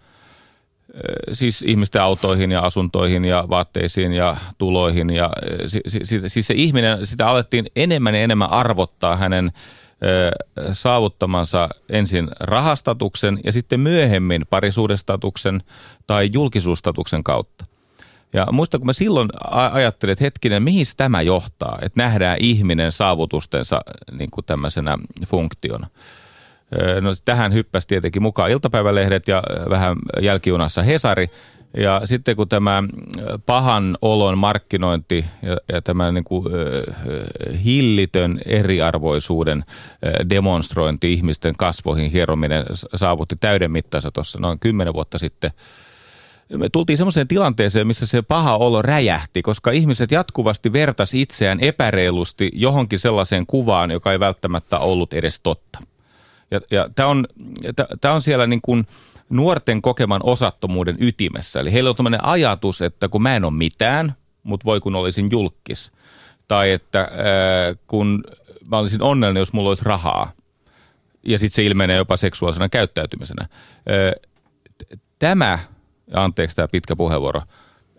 D: siis ihmisten autoihin ja asuntoihin ja vaatteisiin ja tuloihin. Ja siis se ihminen, sitä alettiin enemmän ja enemmän arvottaa hänen saavuttamansa ensin rahastatuksen ja sitten myöhemmin parisuudestatuksen tai julkisuustatuksen kautta. Ja muistan, kun mä silloin ajattelin, että hetkinen, mihin tämä johtaa, että nähdään ihminen saavutustensa niin kuin tämmöisenä funktiona. No tähän hyppäsi tietenkin mukaan iltapäivälehdet ja vähän jälkijunassa Hesari. Ja sitten kun tämä pahan olon markkinointi ja tämä niin kuin hillitön eriarvoisuuden demonstrointi ihmisten kasvoihin hierominen saavutti täyden mittansa tuossa noin 10 vuotta sitten, me tultiin semmoiseen tilanteeseen, missä se paha olo räjähti, koska ihmiset jatkuvasti vertasi itseään epäreilusti johonkin sellaiseen kuvaan, joka ei välttämättä ollut edes totta. Ja tämä on siellä niin kuin nuorten kokeman osattomuuden ytimessä. Eli heillä on tämmöinen ajatus, että kun mä en ole mitään, mutta voi kun olisin julkis. Tai että kun mä olisin onnellinen, jos mulla olisi rahaa. Ja sitten se ilmenee jopa seksuaalisena käyttäytymisenä. Tämä, anteeksi tämä pitkä puheenvuoro,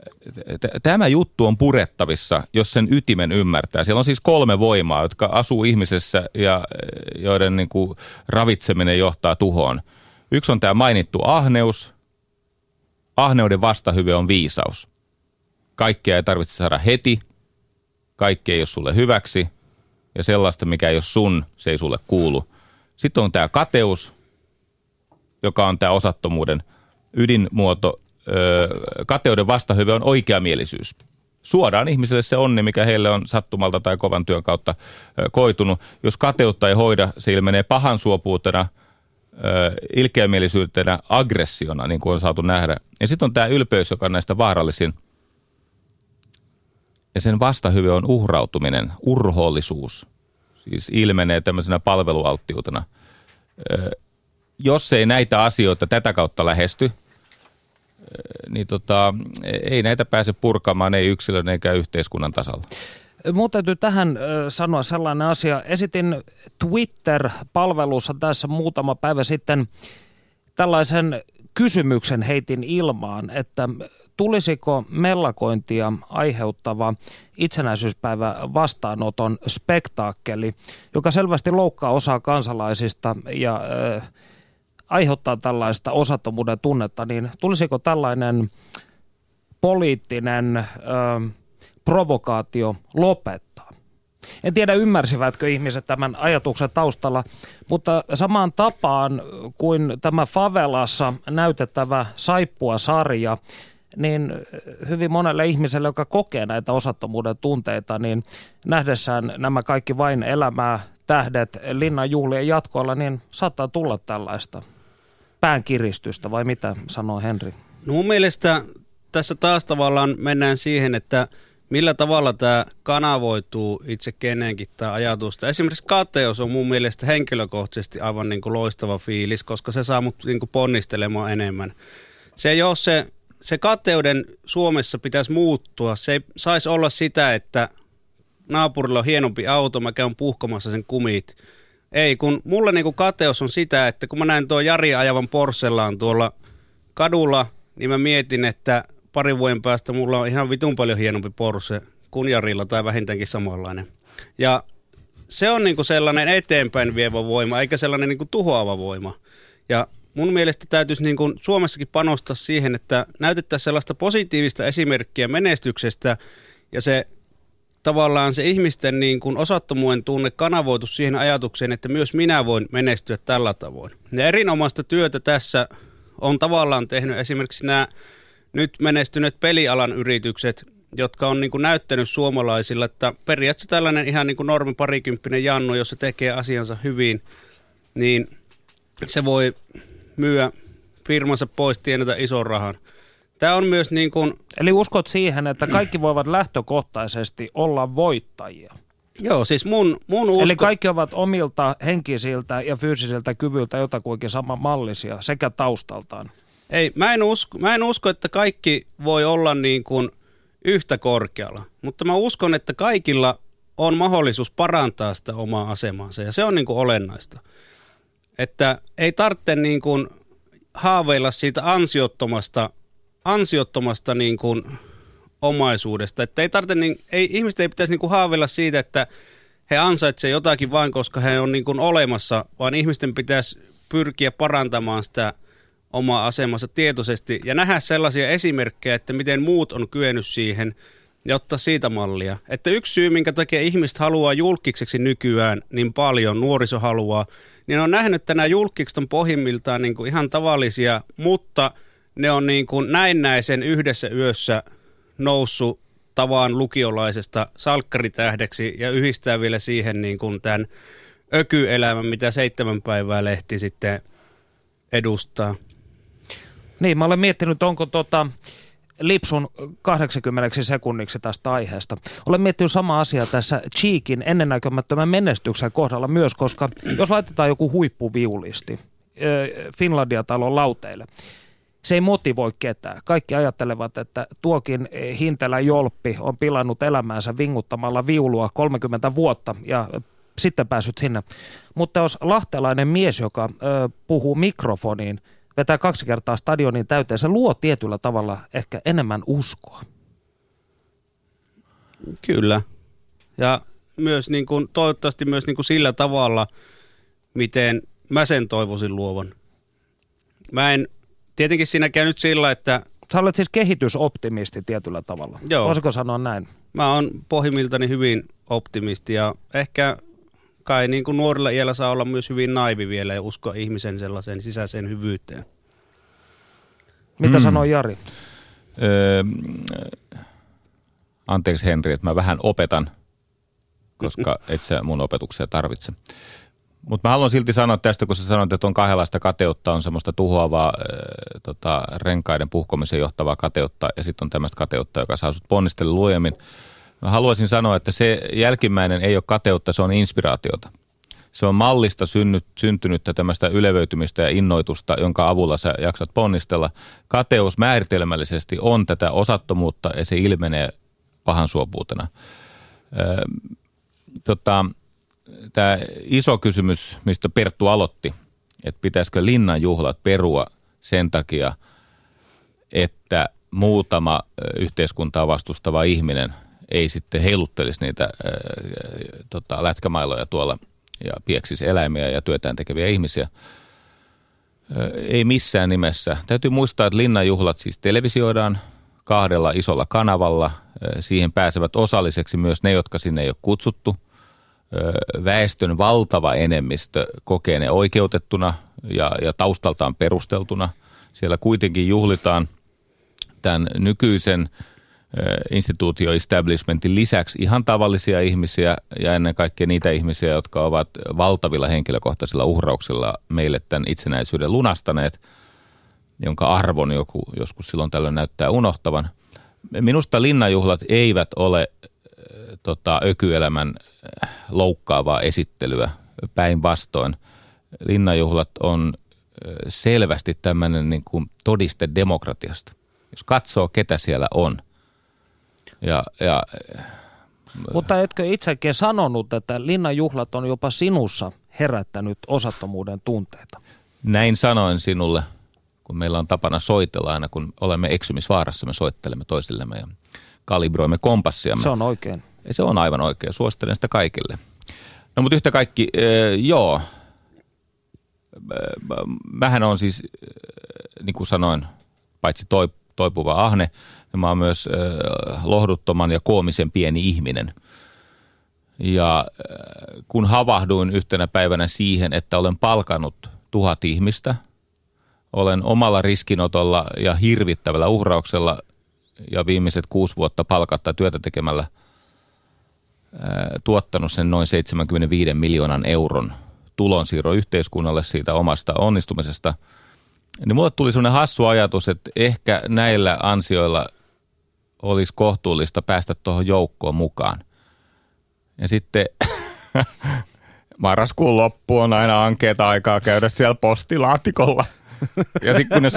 D: Tämä juttu on purettavissa, jos sen ytimen ymmärtää. Siellä on siis 3 voimaa, jotka asuu ihmisessä ja joiden niin kuin ravitseminen johtaa tuhoon. Yksi on tämä mainittu ahneus. Ahneuden vastahyve on viisaus. Kaikkea ei tarvitse saada heti. Kaikki ei ole sulle hyväksi. Ja sellaista, mikä ei ole sun, se ei sulle kuulu. Sitten on tämä kateus, joka on tämä osattomuuden ydinmuoto. Kateuden vastahyve on oikeamielisyys. Suodaan ihmiselle se onni, mikä heille on sattumalta tai kovan työn kautta koitunut. Jos kateutta ei hoida, se ilmenee pahansuopuutena, ilkeämielisyytenä, aggressiona, niin kuin on saatu nähdä. Ja sitten on tämä ylpeys, joka on näistä vaarallisin. Ja sen vastahyve on uhrautuminen, urhoollisuus. Siis ilmenee tämmöisenä palvelualttiutena. Jos ei näitä asioita tätä kautta lähesty, niin ei näitä pääse purkamaan, ei yksilön eikä yhteiskunnan tasalla.
B: Mun täytyy tähän sanoa sellainen asia. Esitin Twitter-palvelussa tässä muutama päivä sitten tällaisen kysymyksen heitin ilmaan, että tulisiko mellakointia aiheuttava itsenäisyyspäivä vastaanoton spektaakkeli, joka selvästi loukkaa osaa kansalaisista ja aiheuttaa tällaista osattomuuden tunnetta, niin tulisiko tällainen poliittinen provokaatio lopettaa? En tiedä, ymmärsivätkö ihmiset tämän ajatuksen taustalla, mutta samaan tapaan kuin tämä favelassa näytettävä Saippua-sarja, niin hyvin monelle ihmiselle, joka kokee näitä osattomuuden tunteita, niin nähdessään nämä kaikki vain elämää tähdet linnan juhlien jatkoilla, niin saattaa tulla tällaista päänkiristystä, vai mitä sanoo Henri?
C: No mun mielestä tässä taas tavallaan mennään siihen, että millä tavalla tämä kanavoituu itse kenenkin tämä ajatusta. Esimerkiksi kateus on mun mielestä henkilökohtaisesti aivan niin kuin loistava fiilis, koska se saa mut niin kuin ponnistelemaan enemmän. Se ei ole se kateuden Suomessa pitäisi muuttua. Se ei saisi olla sitä, että naapurilla on hienompi auto, mä käyn puhkomassa sen kumit. Ei, kun mulle niin kuin kateus on sitä, että kun mä näen tuon Jari ajavan Porschellaan tuolla kadulla, niin mä mietin, että parin vuoden päästä mulla on ihan vitun paljon hienompi Porsche kuin Jarilla tai vähintäänkin samanlainen. Ja se on niin kuin sellainen eteenpäin vievä voima, eikä sellainen niin kuin tuhoava voima. Ja mun mielestä täytyisi niin kuin Suomessakin panostaa siihen, että näytettäisiin sellaista positiivista esimerkkiä menestyksestä ja se tavallaan se ihmisten niin kuin osattomuuden tunne kanavoitu siihen ajatukseen, että myös minä voin menestyä tällä tavoin. Ja erinomaista työtä tässä on tavallaan tehnyt esimerkiksi nämä nyt menestyneet pelialan yritykset, jotka on niin kuin näyttänyt suomalaisilla, että periaatteessa tällainen ihan niin kuin normi parikymppinen Jannu, jos se tekee asiansa hyvin, niin se voi myyä firmansa pois, tienata ison rahan. Tämä on myös niin kuin...
B: Eli uskot siihen, että kaikki voivat lähtökohtaisesti olla voittajia?
C: Joo, siis mun usko...
B: Eli kaikki ovat omilta henkisiltä ja fyysisiltä kyvyltä jotakuinkin samanmallisia sekä taustaltaan?
C: Ei, mä en usko, että kaikki voi olla niin kuin yhtä korkealla, mutta mä uskon, että kaikilla on mahdollisuus parantaa sitä omaa asemaansa ja se on niin kuin olennaista. Että ei tarvitse niin kuin haaveilla siitä ansiottomasta niin kuin omaisuudesta. Että ihmiset ei pitäisi niin kuin haaveilla siitä, että he ansaitsevat jotakin vain, koska he on niin kuin olemassa, vaan ihmisten pitäisi pyrkiä parantamaan sitä omaa asemansa tietoisesti ja nähdä sellaisia esimerkkejä, että miten muut on kyennyt siihen ja ottaa siitä mallia. Että yksi syy, minkä takia ihmiset haluaa julkikseksi nykyään niin paljon, nuoriso haluaa, niin on nähnyt, että nämä julkikset on pohjimmiltaan niin kuin ihan tavallisia, mutta ne on niin kuin näennäisen yhdessä yössä noussut tavan lukiolaisesta salkkaritähdeksi ja yhdistää vielä siihen niin kuin tämän ökyelämän, mitä 7 päivää lehti sitten edustaa.
B: Niin, mä olen miettinyt, onko lipsun 80 sekunniksi tästä aiheesta. Olen miettinyt sama asia tässä Cheekin ennennäkemättömän menestyksen kohdalla myös, koska jos laitetaan joku huippuviulisti Finlandia-talon lauteille, se ei motivoi ketään. Kaikki ajattelevat, että tuokin Hintelä Jolppi on pilannut elämäänsä vinguttamalla viulua 30 vuotta ja sitten päässyt sinne. Mutta jos lahtelainen mies, joka puhuu mikrofoniin, vetää 2 kertaa stadionin täyteen. Se luo tietyllä tavalla ehkä enemmän uskoa.
C: Kyllä. Ja myös niin kuin, toivottavasti myös niin kuin sillä tavalla, miten mä sen toivoisin luovan. Mä en, tietenkin siinä käy nyt sillä, että...
B: Sä olet siis kehitysoptimisti tietyllä tavalla.
C: Joo.
B: Voisiko sanoa näin?
C: Mä oon pohjimmiltani hyvin optimisti ja ehkä kai niin kuin nuorilla iällä saa olla myös hyvin naivi vielä ja uskoa ihmisen sellaiseen sisäiseen hyvyyteen.
B: Mitä sanoi Jari?
D: Anteeksi Henri, että mä vähän opetan, koska et sä mun opetuksia tarvitse. Mutta mä haluan silti sanoa tästä, kun sä sanoit, että on kahdenlaista kateutta, on semmoista tuhoavaa renkaiden puhkomisen johtavaa kateutta ja sitten on tämmöistä kateutta, joka saa sut ponnistella lujemmin. Mä haluaisin sanoa, että se jälkimmäinen ei ole kateutta, se on inspiraatiota. Se on mallista syntynyttä tämmöistä ylevöitymistä ja innoitusta, jonka avulla sä jaksat ponnistella. Kateus määritelmällisesti on tätä osattomuutta ja se ilmenee pahansuopuutena. Tämä iso kysymys, mistä Perttu aloitti, että pitäisikö linnanjuhlat perua sen takia, että muutama yhteiskuntaa vastustava ihminen ei sitten heiluttelisi niitä lätkämailoja tuolla ja pieksisi eläimiä ja työtään tekeviä ihmisiä. Ei missään nimessä. Täytyy muistaa, että linnanjuhlat siis televisioidaan 2 isolla kanavalla. Siihen pääsevät osalliseksi myös ne, jotka sinne ei ole kutsuttu. Väestön valtava enemmistö kokee ne oikeutettuna ja taustaltaan perusteltuna. Siellä kuitenkin juhlitaan tämän nykyisen instituutio-establishmentin lisäksi ihan tavallisia ihmisiä ja ennen kaikkea niitä ihmisiä, jotka ovat valtavilla henkilökohtaisilla uhrauksilla meille tämän itsenäisyyden lunastaneet, jonka arvon joku joskus silloin tällöin näyttää unohtavan. Minusta linnanjuhlat eivät ole ökyelämän loukkaavaa esittelyä. Päinvastoin linnanjuhlat on selvästi tämmöinen niin kuin todiste demokratiasta. Jos katsoo, ketä siellä on.
B: Mutta etkö itsekin sanonut, että linnanjuhlat on jopa sinussa herättänyt osattomuuden tunteita?
D: Näin sanoin sinulle, kun meillä on tapana soitella aina, kun olemme eksymisvaarassa, me soittelemme toisillemme ja kalibroimme kompassiamme.
B: Se on oikein.
D: Ja se on aivan oikein, suosittelen sitä kaikille. No mutta yhtä kaikki, joo. Mähän on siis, niin kuin sanoin, paitsi toipuva ahne, niin mä oon myös lohduttoman ja koomisen pieni ihminen. Ja kun havahduin yhtenä päivänä siihen, että olen palkannut 1000 ihmistä, olen omalla riskinotolla ja hirvittävällä uhrauksella ja viimeiset 6 vuotta palkatta työtä tekemällä tuottanut sen noin 75 miljoonan euron tulonsiirron yhteiskunnalle siitä omasta onnistumisesta, niin mulle tuli sellainen hassu ajatus, että ehkä näillä ansioilla olisi kohtuullista päästä tuohon joukkoon mukaan. Ja sitten marraskuun loppu on aina ankeeta aikaa käydä siellä postilaatikolla. Ja sitten kun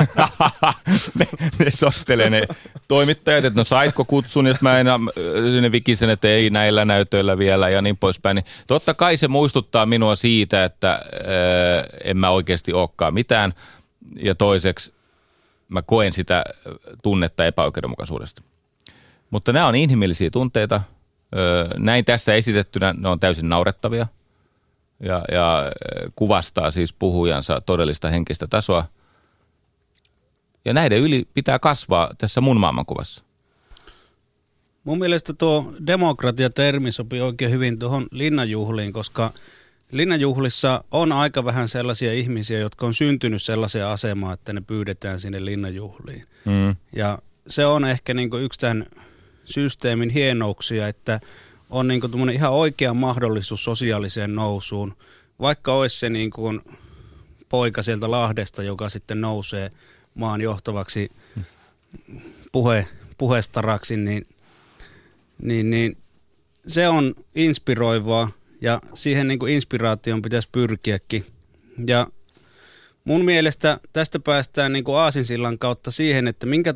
D: ne soittelee ne toimittajat, että no saitko kutsun, jos mä aina ne vikisen, että ei näillä näytöillä vielä ja niin poispäin. Niin totta kai se muistuttaa minua siitä, että en mä oikeasti olekaan mitään. Ja toiseksi mä koen sitä tunnetta epäoikeudenmukaisuudesta. Mutta nämä on inhimillisiä tunteita. Näin tässä esitettynä ne on täysin naurettavia. Ja kuvastaa siis puhujansa todellista henkistä tasoa. Ja näiden yli pitää kasvaa tässä mun maailmankuvassa.
C: Mun mielestä tuo demokratia-termi sopii oikein hyvin tuohon linnanjuhliin, koska linnanjuhlissa on aika vähän sellaisia ihmisiä, jotka on syntynyt sellaiseen asemaan, että ne pyydetään sinne linnanjuhliin. Ja se on ehkä niinku yksi tämän systeemin hienouksia, että on niinku tuommoinen ihan oikea mahdollisuus sosiaaliseen nousuun, vaikka olisi se niinku poika sieltä Lahdesta, joka sitten nousee maan johtavaksi puhestaraksi, niin se on inspiroivaa ja siihen niinku inspiraation pitäisi pyrkiäkin. Ja mun mielestä tästä päästään niinku aasinsillan kautta siihen, että minkä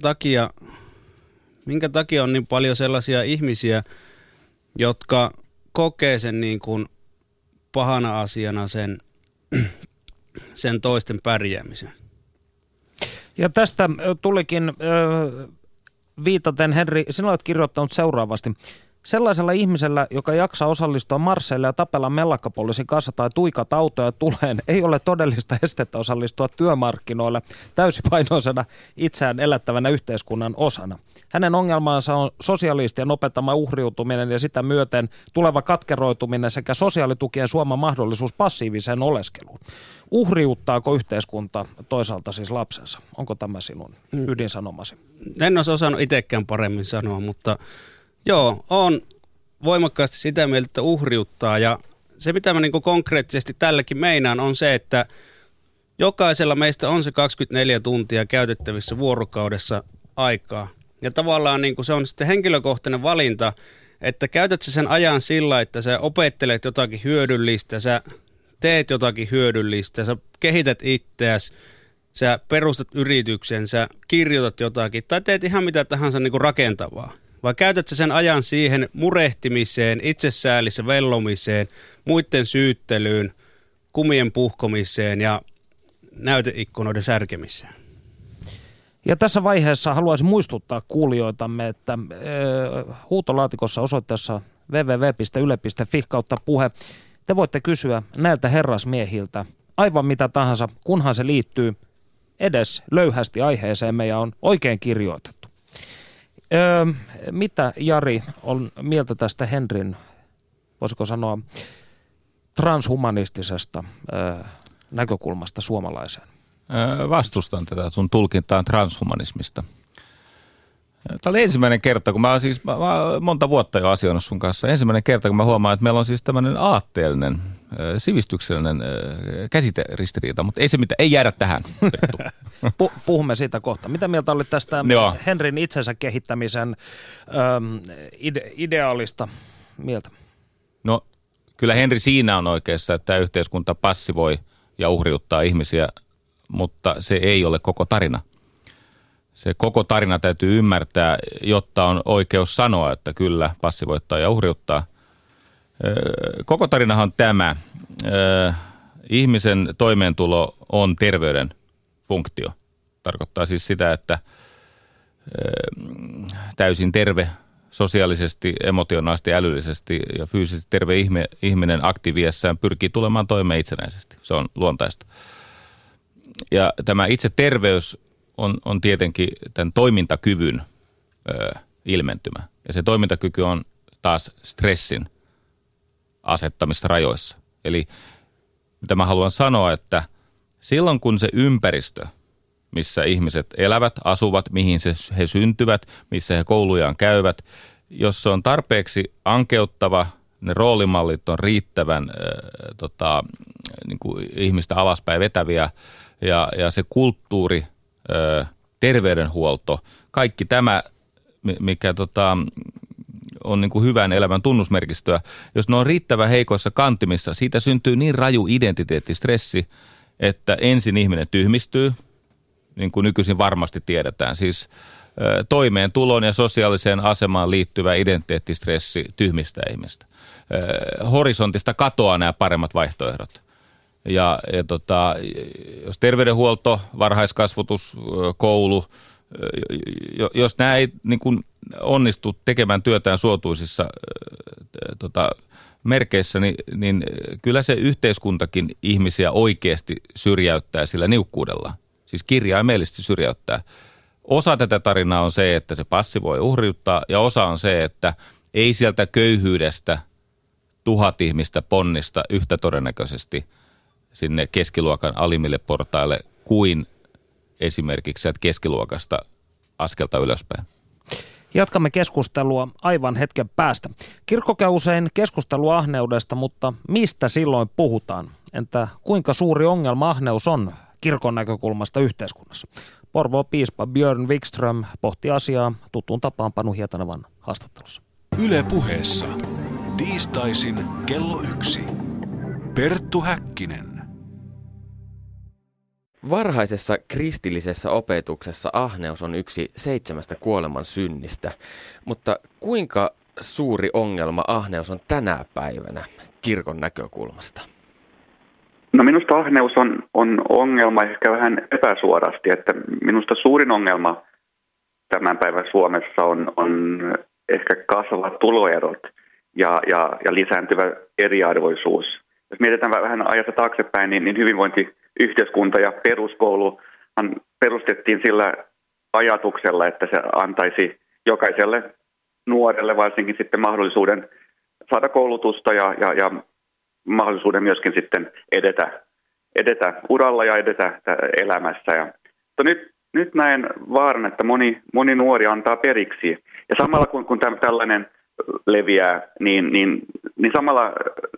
C: takia on niin paljon sellaisia ihmisiä, jotka kokee sen niin kuin pahana asiana sen toisten pärjäämisen.
B: Ja tästä tulikin viitaten, Henri, sinä olet kirjoittanut seuraavasti. Sellaisella ihmisellä, joka jaksaa osallistua marsseille ja tapella mellakkapoliisin kanssa tai tuikata autoja tuleen, ei ole todellista estettä osallistua työmarkkinoille täysipainoisena itseään elättävänä yhteiskunnan osana. Hänen ongelmaansa on sosialistien opettama uhriutuminen ja sitä myöten tuleva katkeroituminen sekä sosiaalitukien suoma mahdollisuus passiiviseen oleskeluun. Uhriuttaako yhteiskunta toisaalta siis lapsensa? Onko tämä sinun ydinsanomasi?
C: En olisi osannut itsekään paremmin sanoa, mutta joo, on voimakkaasti sitä mieltä, että uhriuttaa, ja se mitä mä niin kuin konkreettisesti tälläkin meinaan on se, että jokaisella meistä on se 24 tuntia käytettävissä vuorokaudessa aikaa. Ja tavallaan niin kuin se on sitten henkilökohtainen valinta, että käytät sen ajan sillä, että sä opettelet jotakin hyödyllistä, sä teet jotakin hyödyllistä, sä kehität itseäsi, sä perustat yrityksen, sä kirjoitat jotakin tai teet ihan mitä tahansa niin kuin rakentavaa. Vai käytät sen ajan siihen murehtimiseen, itsesäälissä vellomiseen, muiden syyttelyyn, kumien puhkomiseen ja näyteikkunoiden särkemiseen?
B: Ja tässä vaiheessa haluaisin muistuttaa kuulijoitamme, että huutolaatikossa osoitteessa www.yle.fi/puhe te voitte kysyä näiltä herrasmiehiltä aivan mitä tahansa, kunhan se liittyy edes löyhästi aiheeseemme ja on oikein kirjoitettu. Mitä Jari on mieltä tästä Henrin, voisiko sanoa, transhumanistisesta näkökulmasta suomalaiseen?
D: Vastustan tätä sun tulkintaan transhumanismista. Tämä oli ensimmäinen kerta, kun mä monta vuotta jo asioinut sun kanssa. Ensimmäinen kerta, kun mä huomaan, että meillä on siis tämmöinen aatteellinen, sivistyksellinen käsiteristiriita, mutta ei se mitään, ei jäädä tähän.
B: Puhumme siitä kohta. Mitä mieltä olit tästä Henrin itsensä kehittämisen ideaalista mieltä?
D: No kyllä Henri siinä on oikeassa, että tämä yhteiskunta passivoi ja uhriuttaa ihmisiä, mutta se ei ole koko tarina. Se koko tarina täytyy ymmärtää, jotta on oikeus sanoa, että kyllä passivoittaa ja uhriuttaa. Koko tarinahan on tämä. Ihmisen toimeentulo on terveyden funktio. Tarkoittaa siis sitä, että täysin terve, sosiaalisesti, emotionaalisesti, älyllisesti ja fyysisesti terve ihminen aktiiviessään pyrkii tulemaan toimeen itsenäisesti. Se on luontaista. Ja tämä itse terveys on tietenkin tämän toimintakyvyn ilmentymä. Ja se toimintakyky on taas stressin asettamissa rajoissa. Eli mitä mä haluan sanoa, että silloin kun se ympäristö, missä ihmiset elävät, asuvat, mihin he syntyvät, missä he koulujaan käyvät, jos se on tarpeeksi ankeuttava, ne roolimallit on riittävän niin kuin ihmistä alaspäin vetäviä ja se kulttuuri, terveydenhuolto, kaikki tämä, mikä on niin kuin hyvän elämän tunnusmerkistöä, jos ne on riittävän heikoissa kantimissa, siitä syntyy niin raju identiteettistressi, että ensin ihminen tyhmistyy, niin kuin nykyisin varmasti tiedetään. Siis toimeentuloon ja sosiaaliseen asemaan liittyvä identiteettistressi tyhmistää ihmistä. Horisontista katoaa nämä paremmat vaihtoehdot. Ja jos terveydenhuolto, varhaiskasvatus, koulu, jos nämä ei niin kuin onnistu tekemään työtään suotuisissa merkeissä, niin kyllä se yhteiskuntakin ihmisiä oikeasti syrjäyttää sillä niukkuudella. Siis kirjaimellisesti syrjäyttää. Osa tätä tarinaa on se, että se passivoi uhriuttaa, ja osa on se, että ei sieltä köyhyydestä 1000 ihmistä ponnista yhtä todennäköisesti sinne keskiluokan alimmille portaille kuin esimerkiksi sieltä keskiluokasta askelta ylöspäin.
B: Jatkamme keskustelua aivan hetken päästä. Kirkko käy usein keskustelua ahneudesta, mutta mistä silloin puhutaan? Entä kuinka suuri ongelma ahneus on kirkon näkökulmasta yhteiskunnassa? Porvoon piispa Björn Wikström pohti asiaa tuttuun tapaan Panu Hietanevan haastattelussa.
A: Yle Puheessa. Tiistaisin kello 1. Perttu Häkkinen.
E: Varhaisessa kristillisessä opetuksessa ahneus on yksi 7 kuoleman synnistä, mutta kuinka suuri ongelma ahneus on tänä päivänä kirkon näkökulmasta?
G: No minusta ahneus on ongelma ehkä vähän epäsuorasti, että minusta suurin ongelma tämän päivän Suomessa on ehkä kasvavat tuloerot ja lisääntyvä eriarvoisuus. Jos mietitään vähän ajassa taaksepäin, niin hyvinvointiyhteiskunta ja peruskouluhan perustettiin sillä ajatuksella, että se antaisi jokaiselle nuorelle varsinkin sitten mahdollisuuden saada koulutusta ja mahdollisuuden myöskin sitten edetä uralla ja edetä elämässä. Mutta nyt näen vaaran, että moni nuori antaa periksi. Ja samalla kun tällainen leviää, niin samalla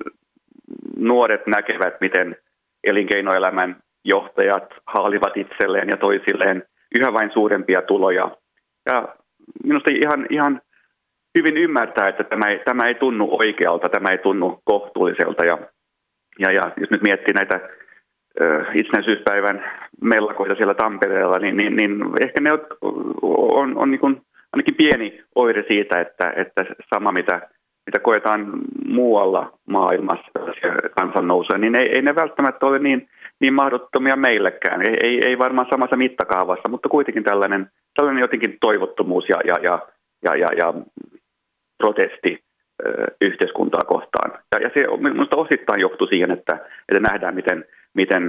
G: nuoret näkevät, miten elinkeinoelämän johtajat haalivat itselleen ja toisilleen yhä vain suurempia tuloja. Ja minusta ihan hyvin ymmärtää, että tämä ei tunnu oikealta, tämä ei tunnu kohtuulliselta. Ja jos nyt miettii näitä itsenäisyyspäivän mellakoita siellä Tampereella, niin ehkä ne on niin kuin ainakin pieni oire siitä, että sama mitä koetaan muualla maailmassa kansannousuja, niin ei ne välttämättä ole niin mahdottomia meillekään. Ei varmaan samassa mittakaavassa, mutta kuitenkin tällainen jotenkin toivottomuus ja protesti yhteiskuntaa kohtaan. Ja se minusta osittain johtuu siihen, että nähdään, miten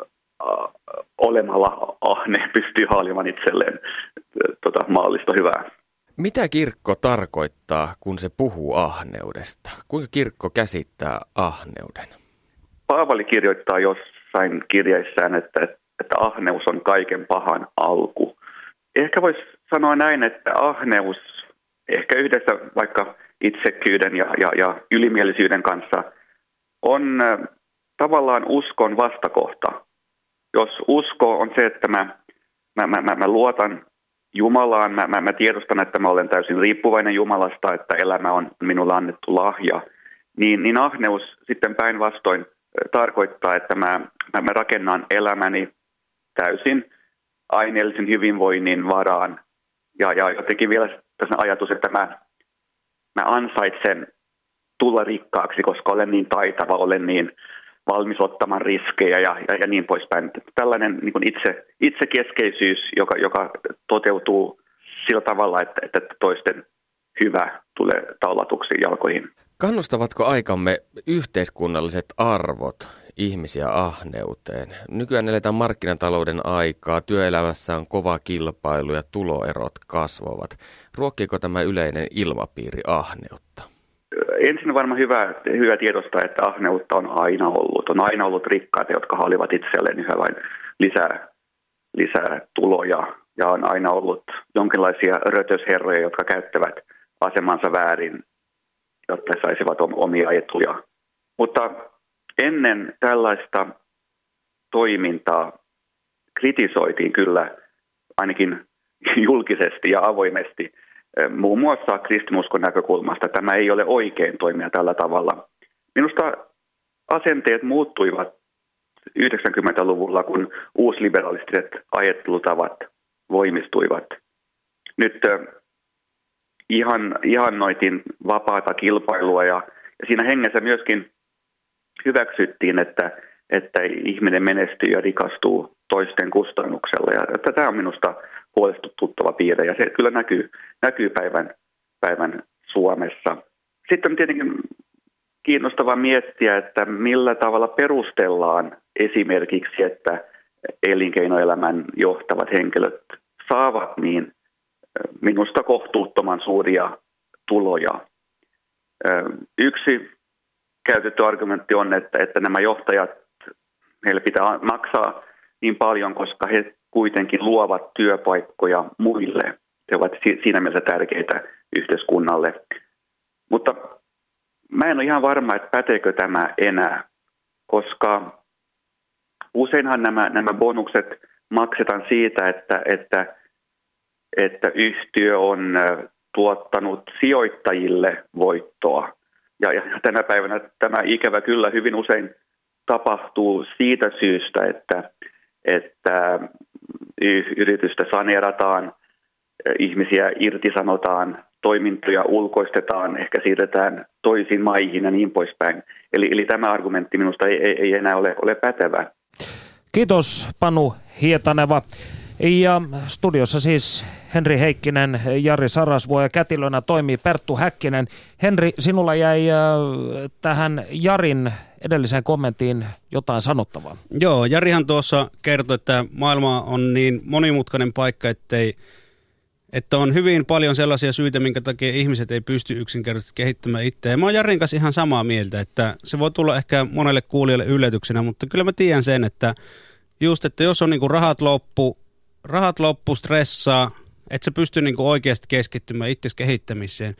G: olemalla ahne pystyy haalimaan itselleen maallista hyvää.
E: Mitä kirkko tarkoittaa, kun se puhuu ahneudesta? Kuinka kirkko käsittää ahneuden?
G: Paavali kirjoittaa jossain kirjeissään, että ahneus on kaiken pahan alku. Ehkä voisi sanoa näin, että ahneus ehkä yhdessä vaikka itsekkyyden ja ylimielisyyden kanssa on tavallaan uskon vastakohta. Jos usko on se, että mä luotan Jumalaan, mä tiedostan, että mä olen täysin riippuvainen Jumalasta, että elämä on minulle annettu lahja, niin ahneus sitten päinvastoin tarkoittaa, että mä rakennan elämäni täysin aineellisen hyvinvoinnin varaan. Ja jotenkin vielä tässä ajatus, että mä ansaitsen tulla rikkaaksi, koska olen niin taitava, olen niin valmis ottamaan riskejä ja niin poispäin. Tällainen niin kuin itsekeskeisyys, joka toteutuu sillä tavalla, että toisten hyvä tulee taulatuksi jalkoihin.
E: Kannustavatko aikamme yhteiskunnalliset arvot ihmisiä ahneuteen? Nykyään eletään markkinatalouden aikaa, työelämässä on kova kilpailu ja tuloerot kasvavat. Ruokkiiko tämä yleinen ilmapiiri ahneutta?
G: Ensin varmaan hyvä tiedostaa, että ahneutta on aina ollut. On aina ollut rikkaita, jotka haalivat itselleen yhä vain lisää tuloja. Ja on aina ollut jonkinlaisia rötösherroja, jotka käyttävät asemansa väärin, jotta saisivat omia etuja. Mutta ennen tällaista toimintaa kritisoitiin kyllä ainakin julkisesti ja avoimesti muun muassa kristinuskon näkökulmasta. Tämä ei ole oikein toimia tällä tavalla. Minusta asenteet muuttuivat 90-luvulla, kun uusliberalistiset ajattelutavat voimistuivat. Nyt ihannoitiin vapaata kilpailua ja siinä hengessä myöskin hyväksyttiin, että ihminen menestyy ja rikastuu toisten kustannuksella. Ja tämä on minusta huolestuttava piirre ja se kyllä näkyy päivän Suomessa. Sitten on tietenkin kiinnostavaa miettiä, että millä tavalla perustellaan esimerkiksi, että elinkeinoelämän johtavat henkilöt saavat niin minusta kohtuuttoman suuria tuloja. Yksi käytetty argumentti on, että nämä johtajat, heille pitää maksaa niin paljon, koska he kuitenkin luovat työpaikkoja muille. He ovat siinä mielessä tärkeitä yhteiskunnalle. Mutta mä en ole ihan varma, että päteekö tämä enää, koska useinhan nämä bonukset maksetaan siitä, että yhtiö on tuottanut sijoittajille voittoa. Ja tänä päivänä tämä ikävä kyllä hyvin usein tapahtuu siitä syystä, että yritystä saneerataan, ihmisiä irtisanotaan toimintoja ulkoistetaan, ehkä siirretään toisiin maihin ja niin poispäin. Eli tämä argumentti minusta ei enää ole pätevä.
B: Kiitos Panu Hietaneva. Ja studiossa siis Henri Heikkinen, Jari Sarasvuo ja kätilönä toimii Perttu Häkkinen. Henri, sinulla jäi tähän Jarin edelliseen kommenttiin jotain sanottavaa.
C: Joo, Jarihan tuossa kertoi, että maailma on niin monimutkainen paikka, että on hyvin paljon sellaisia syitä, minkä takia ihmiset ei pysty yksinkertaisesti kehittämään itseään. Mä oon Jarin kanssa ihan samaa mieltä, että se voi tulla ehkä monelle kuulijalle yllätyksenä, mutta kyllä mä tiedän sen, että just, että jos on niinku rahat loppu stressaa, että se pystyy niinku oikeasti keskittymään itse kehittämiseen.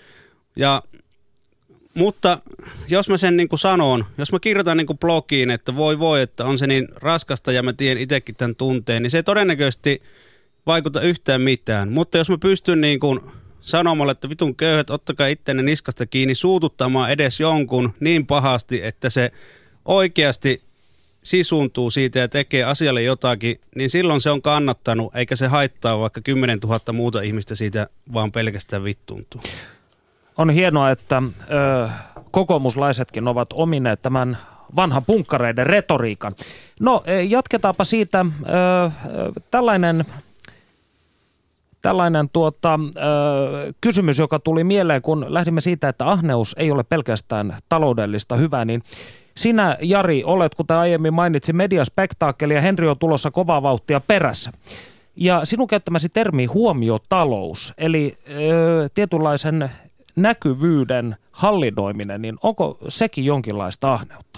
C: Mutta jos mä sen niinku sanon, jos mä kirjoitan niinku blogiin, että voi, että on se niin raskasta ja mä tiedän itsekin tämän tunteen, niin se ei todennäköisesti vaikuta yhtään mitään. Mutta jos mä pystyn niinku sanomalla, että vitun köyhät, ottakaa ittenne niskasta kiinni, suututtamaan edes jonkun niin pahasti, että se oikeasti sisuntuu siitä ja tekee asialle jotakin, niin silloin se on kannattanut, eikä se haittaa vaikka 10 000 muuta ihmistä siitä vaan pelkästään vittuuntuu.
B: On hienoa, että kokoomuslaisetkin ovat omineet tämän vanhan punkkareiden retoriikan. No, jatketaanpa siitä. Tällainen kysymys, joka tuli mieleen, kun lähdimme siitä, että ahneus ei ole pelkästään taloudellista hyvää, niin sinä, Jari, olet, kuten aiemmin mainitsin, mediaspektaakkeli ja Henri on tulossa kovaa vauhtia perässä. Ja sinun käyttämäsi termi huomiotalous, eli tietynlaisen näkyvyyden hallinnoiminen, niin onko sekin jonkinlaista ahneutta?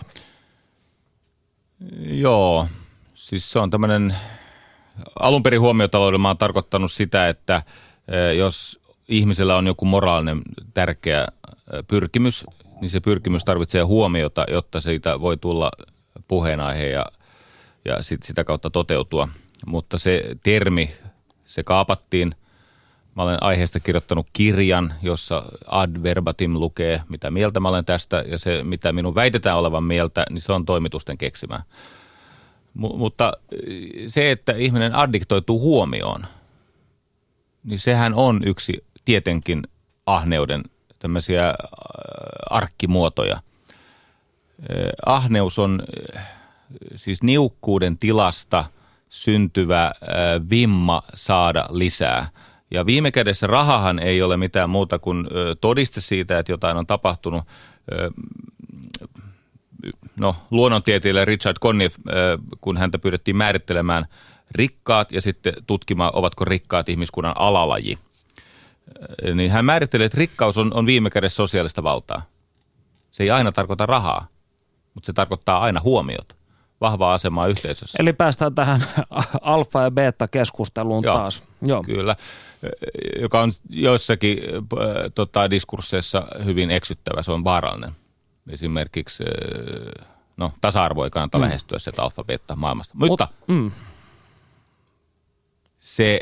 D: Joo, siis se on tämmöinen, alun perin huomiotaloudella on tarkoittanut sitä, että jos ihmisellä on joku moraalinen tärkeä pyrkimys, niin se pyrkimys tarvitsee huomiota, jotta siitä voi tulla puheenaihe ja sitä kautta toteutua. Mutta se termi, se kaapattiin. Mä olen aiheesta kirjoittanut kirjan, jossa ad verbatim lukee, mitä mieltä mä olen tästä, ja se, mitä minun väitetään olevan mieltä, niin se on toimitusten keksimä. Mutta se, että ihminen addiktoituu huomioon, niin sehän on yksi tietenkin ahneuden tämmöisiä arkkimuotoja. Ahneus on siis niukkuuden tilasta syntyvä vimma saada lisää. Ja viime kädessä rahahan ei ole mitään muuta kuin todiste siitä, että jotain on tapahtunut. Luonnontieteilijä Richard Conniff, kun häntä pyydettiin määrittelemään rikkaat ja sitten tutkimaan, ovatko rikkaat ihmiskunnan alalaji, niin hän määrittelee, että rikkaus on viime kädessä sosiaalista valtaa. Se ei aina tarkoita rahaa, mutta se tarkoittaa aina huomiota, vahvaa asemaa yhteisössä.
B: Eli päästään tähän alfa- ja beta-keskusteluun taas.
D: Joo, kyllä, joka on joissakin diskursseissa hyvin eksyttävä, se on vaarallinen. Esimerkiksi tasa-arvo ei kannata lähestyä sieltä alfa-beta maailmasta. Mutta se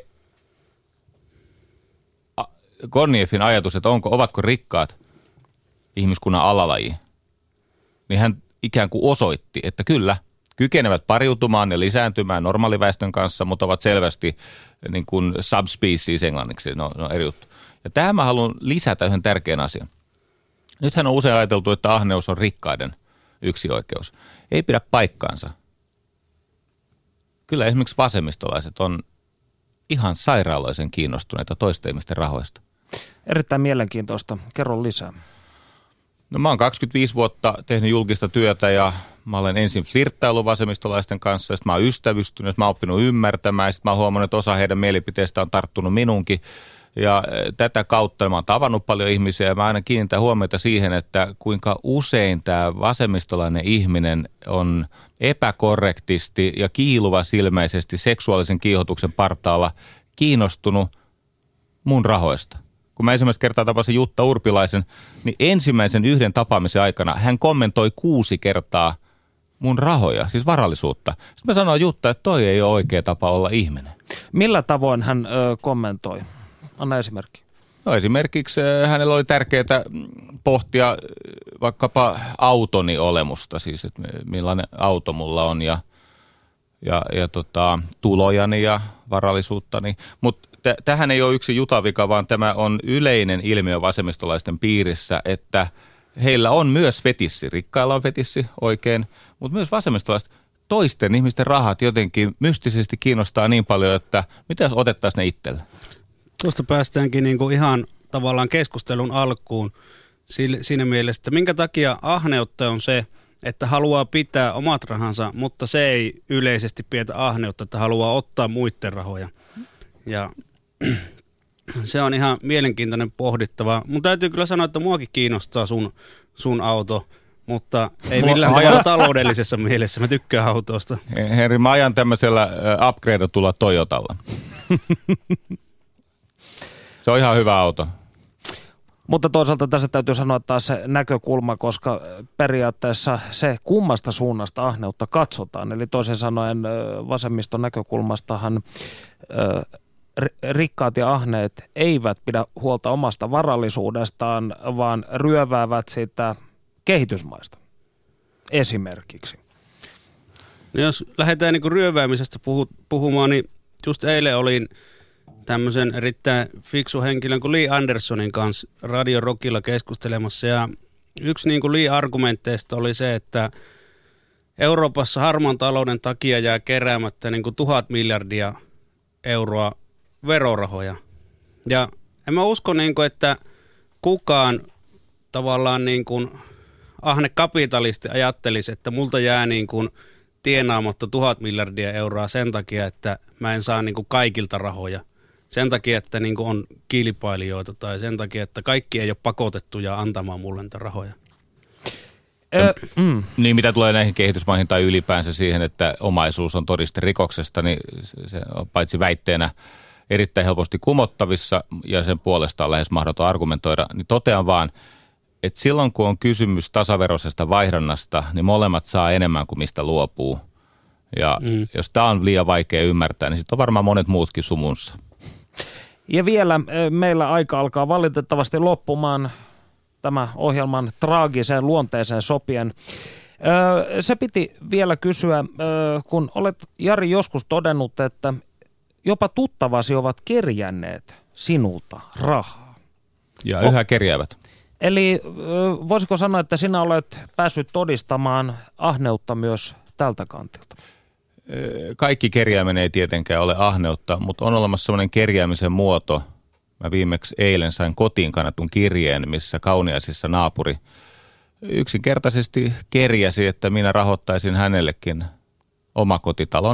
D: Conniffin ajatus, että ovatko rikkaat ihmiskunnan alalaji, niin hän ikään kuin osoitti, että kyllä, kykenevät pariutumaan ja lisääntymään normaaliväestön kanssa, mutta ovat selvästi niin kuin subspecies englanniksi, no eri juttu. Ja tähän mä haluan lisätä yhden tärkeän asian. Nythän on usein ajateltu, että ahneus on rikkaiden yksioikeus. Ei pidä paikkaansa. Kyllä esimerkiksi vasemmistolaiset on ihan sairaaloisen kiinnostuneita toisten ihmisten rahoista.
B: Erittäin mielenkiintoista. Kerro lisää.
D: No mä oon 25 vuotta tehnyt julkista työtä ja mä olen ensin flirttaillut vasemmistolaisten kanssa, sitten mä oon ystävystynyt, mä oon oppinut ymmärtämään ja sitten mä oon huomannut, että osa heidän mielipiteistä on tarttunut minunkin. Ja tätä kautta mä oon tavannut paljon ihmisiä ja mä aina kiinnitän huomiota siihen, että kuinka usein tämä vasemmistolainen ihminen on epäkorrektisti ja kiiluva silmäisesti seksuaalisen kiihotuksen partaalla kiinnostunut mun rahoista. Kun mä ensimmäistä kertaa tapasin Jutta Urpilaisen, niin ensimmäisen yhden tapaamisen aikana hän kommentoi 6 kertaa mun rahoja, siis varallisuutta. Sitten mä sanoin Jutta, että toi ei ole oikea tapa olla ihminen.
B: Millä tavoin hän kommentoi? Anna esimerkki.
D: No esimerkiksi hänellä oli tärkeää pohtia vaikkapa autoni olemusta, siis että millainen auto mulla on ja tulojani ja varallisuuttani. Mutta tähän ei ole yksi jutavika, vaan tämä on yleinen ilmiö vasemmistolaisten piirissä, että heillä on myös fetissi. Rikkailla on fetissi oikein, mutta myös vasemmistolaiset toisten ihmisten rahat jotenkin mystisesti kiinnostaa niin paljon, että mitä jos otettaisiin ne itselle?
C: Tuosta päästäänkin niin kuin ihan tavallaan keskustelun alkuun siinä mielessä, että minkä takia ahneutta on se, että haluaa pitää omat rahansa, mutta se ei yleisesti pidetä ahneutta, että haluaa ottaa muiden rahoja. Ja se on ihan mielenkiintoinen pohdittava. Mun täytyy kyllä sanoa, että muakin kiinnostaa sun auto, mutta ei millään tavalla taloudellisessa mielessä. Mä tykkään autosta.
D: Henri, mä ajan tämmöisellä upgradeatulla Toyotalla. Se on ihan hyvä auto.
B: Mutta toisaalta tässä täytyy sanoa taas se näkökulma, koska periaatteessa se kummasta suunnasta ahneutta katsotaan. Eli toisin sanoen vasemmiston näkökulmastahan rikkaat ja ahneet eivät pidä huolta omasta varallisuudestaan, vaan ryöväävät sitä kehitysmaista esimerkiksi.
C: No jos lähdetään niin kuin ryöväämisestä puhumaan, niin just eilen olin tämmöisen erittäin fiksu henkilön kuin Lee Andersonin kanssa Radio Rockilla keskustelemassa. Ja yksi niin kuin Lee-argumentteista oli se, että Euroopassa harmaan talouden takia jää keräämättä niin kuin 1000 miljardia euroa verorahoja. Ja en mä usko, niin kuin, että kukaan tavallaan niin kuin ahne kapitalisti ajattelisi, että multa jää niin kuin tienaamatta 1000 miljardia euroa sen takia, että mä en saa niin kuin kaikilta rahoja. Sen takia, että niin kuin on kilpailijoita tai sen takia, että kaikki ei ole pakotettuja antamaan mulle niitä rahoja.
D: Niin mitä tulee näihin kehitysmaihin tai ylipäänsä siihen, että omaisuus on todiste rikoksesta, niin se on paitsi väitteenä erittäin helposti kumottavissa ja sen puolesta on lähes mahdoton argumentoida, niin totean vaan, että silloin kun on kysymys tasaveroisesta vaihdannasta, niin molemmat saa enemmän kuin mistä luopuu. Ja jos tämä on liian vaikea ymmärtää, niin sitten on varmaan monet muutkin sumunsa.
B: Ja vielä meillä aika alkaa valitettavasti loppumaan tämä ohjelman traagiseen luonteeseen sopien. Se piti vielä kysyä, kun olet Jari joskus todennut, että jopa tuttavasi ovat kerjänneet sinulta rahaa.
D: Ja yhä kerjäävät.
B: Eli voisiko sanoa, että sinä olet päässyt todistamaan ahneutta myös tältä kantilta?
D: Kaikki kerjääminen ei tietenkään ole ahneutta, mutta on olemassa sellainen kerjäämisen muoto. Mä viimeksi eilen sain kotiin kannetun kirjeen, missä Kauniaisissa naapuri yksinkertaisesti kerjäsi, että minä rahoittaisin hänellekin omakotitalon.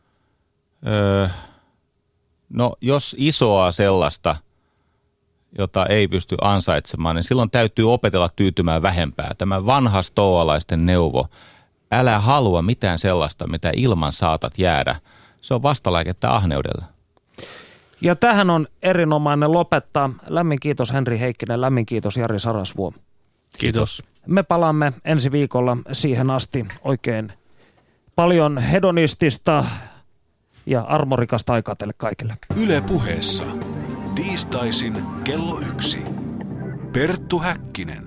D: No jos isoa sellaista, jota ei pysty ansaitsemaan, niin silloin täytyy opetella tyytymään vähempää. Tämä vanha stoalaisten neuvo. Älä halua mitään sellaista, mitä ilman saatat jäädä. Se on vastalääkettä ahneudelle.
B: Ja tähän on erinomainen lopettaa. Lämmin kiitos Henri Heikkinen, lämmin kiitos Jari Sarasvuo.
C: Kiitos.
B: Me palaamme ensi viikolla, siihen asti oikein paljon hedonistista ja armorikasta aikaa teille kaikille.
A: Yle Puheessa tiistaisin kello 1. Perttu Häkkinen.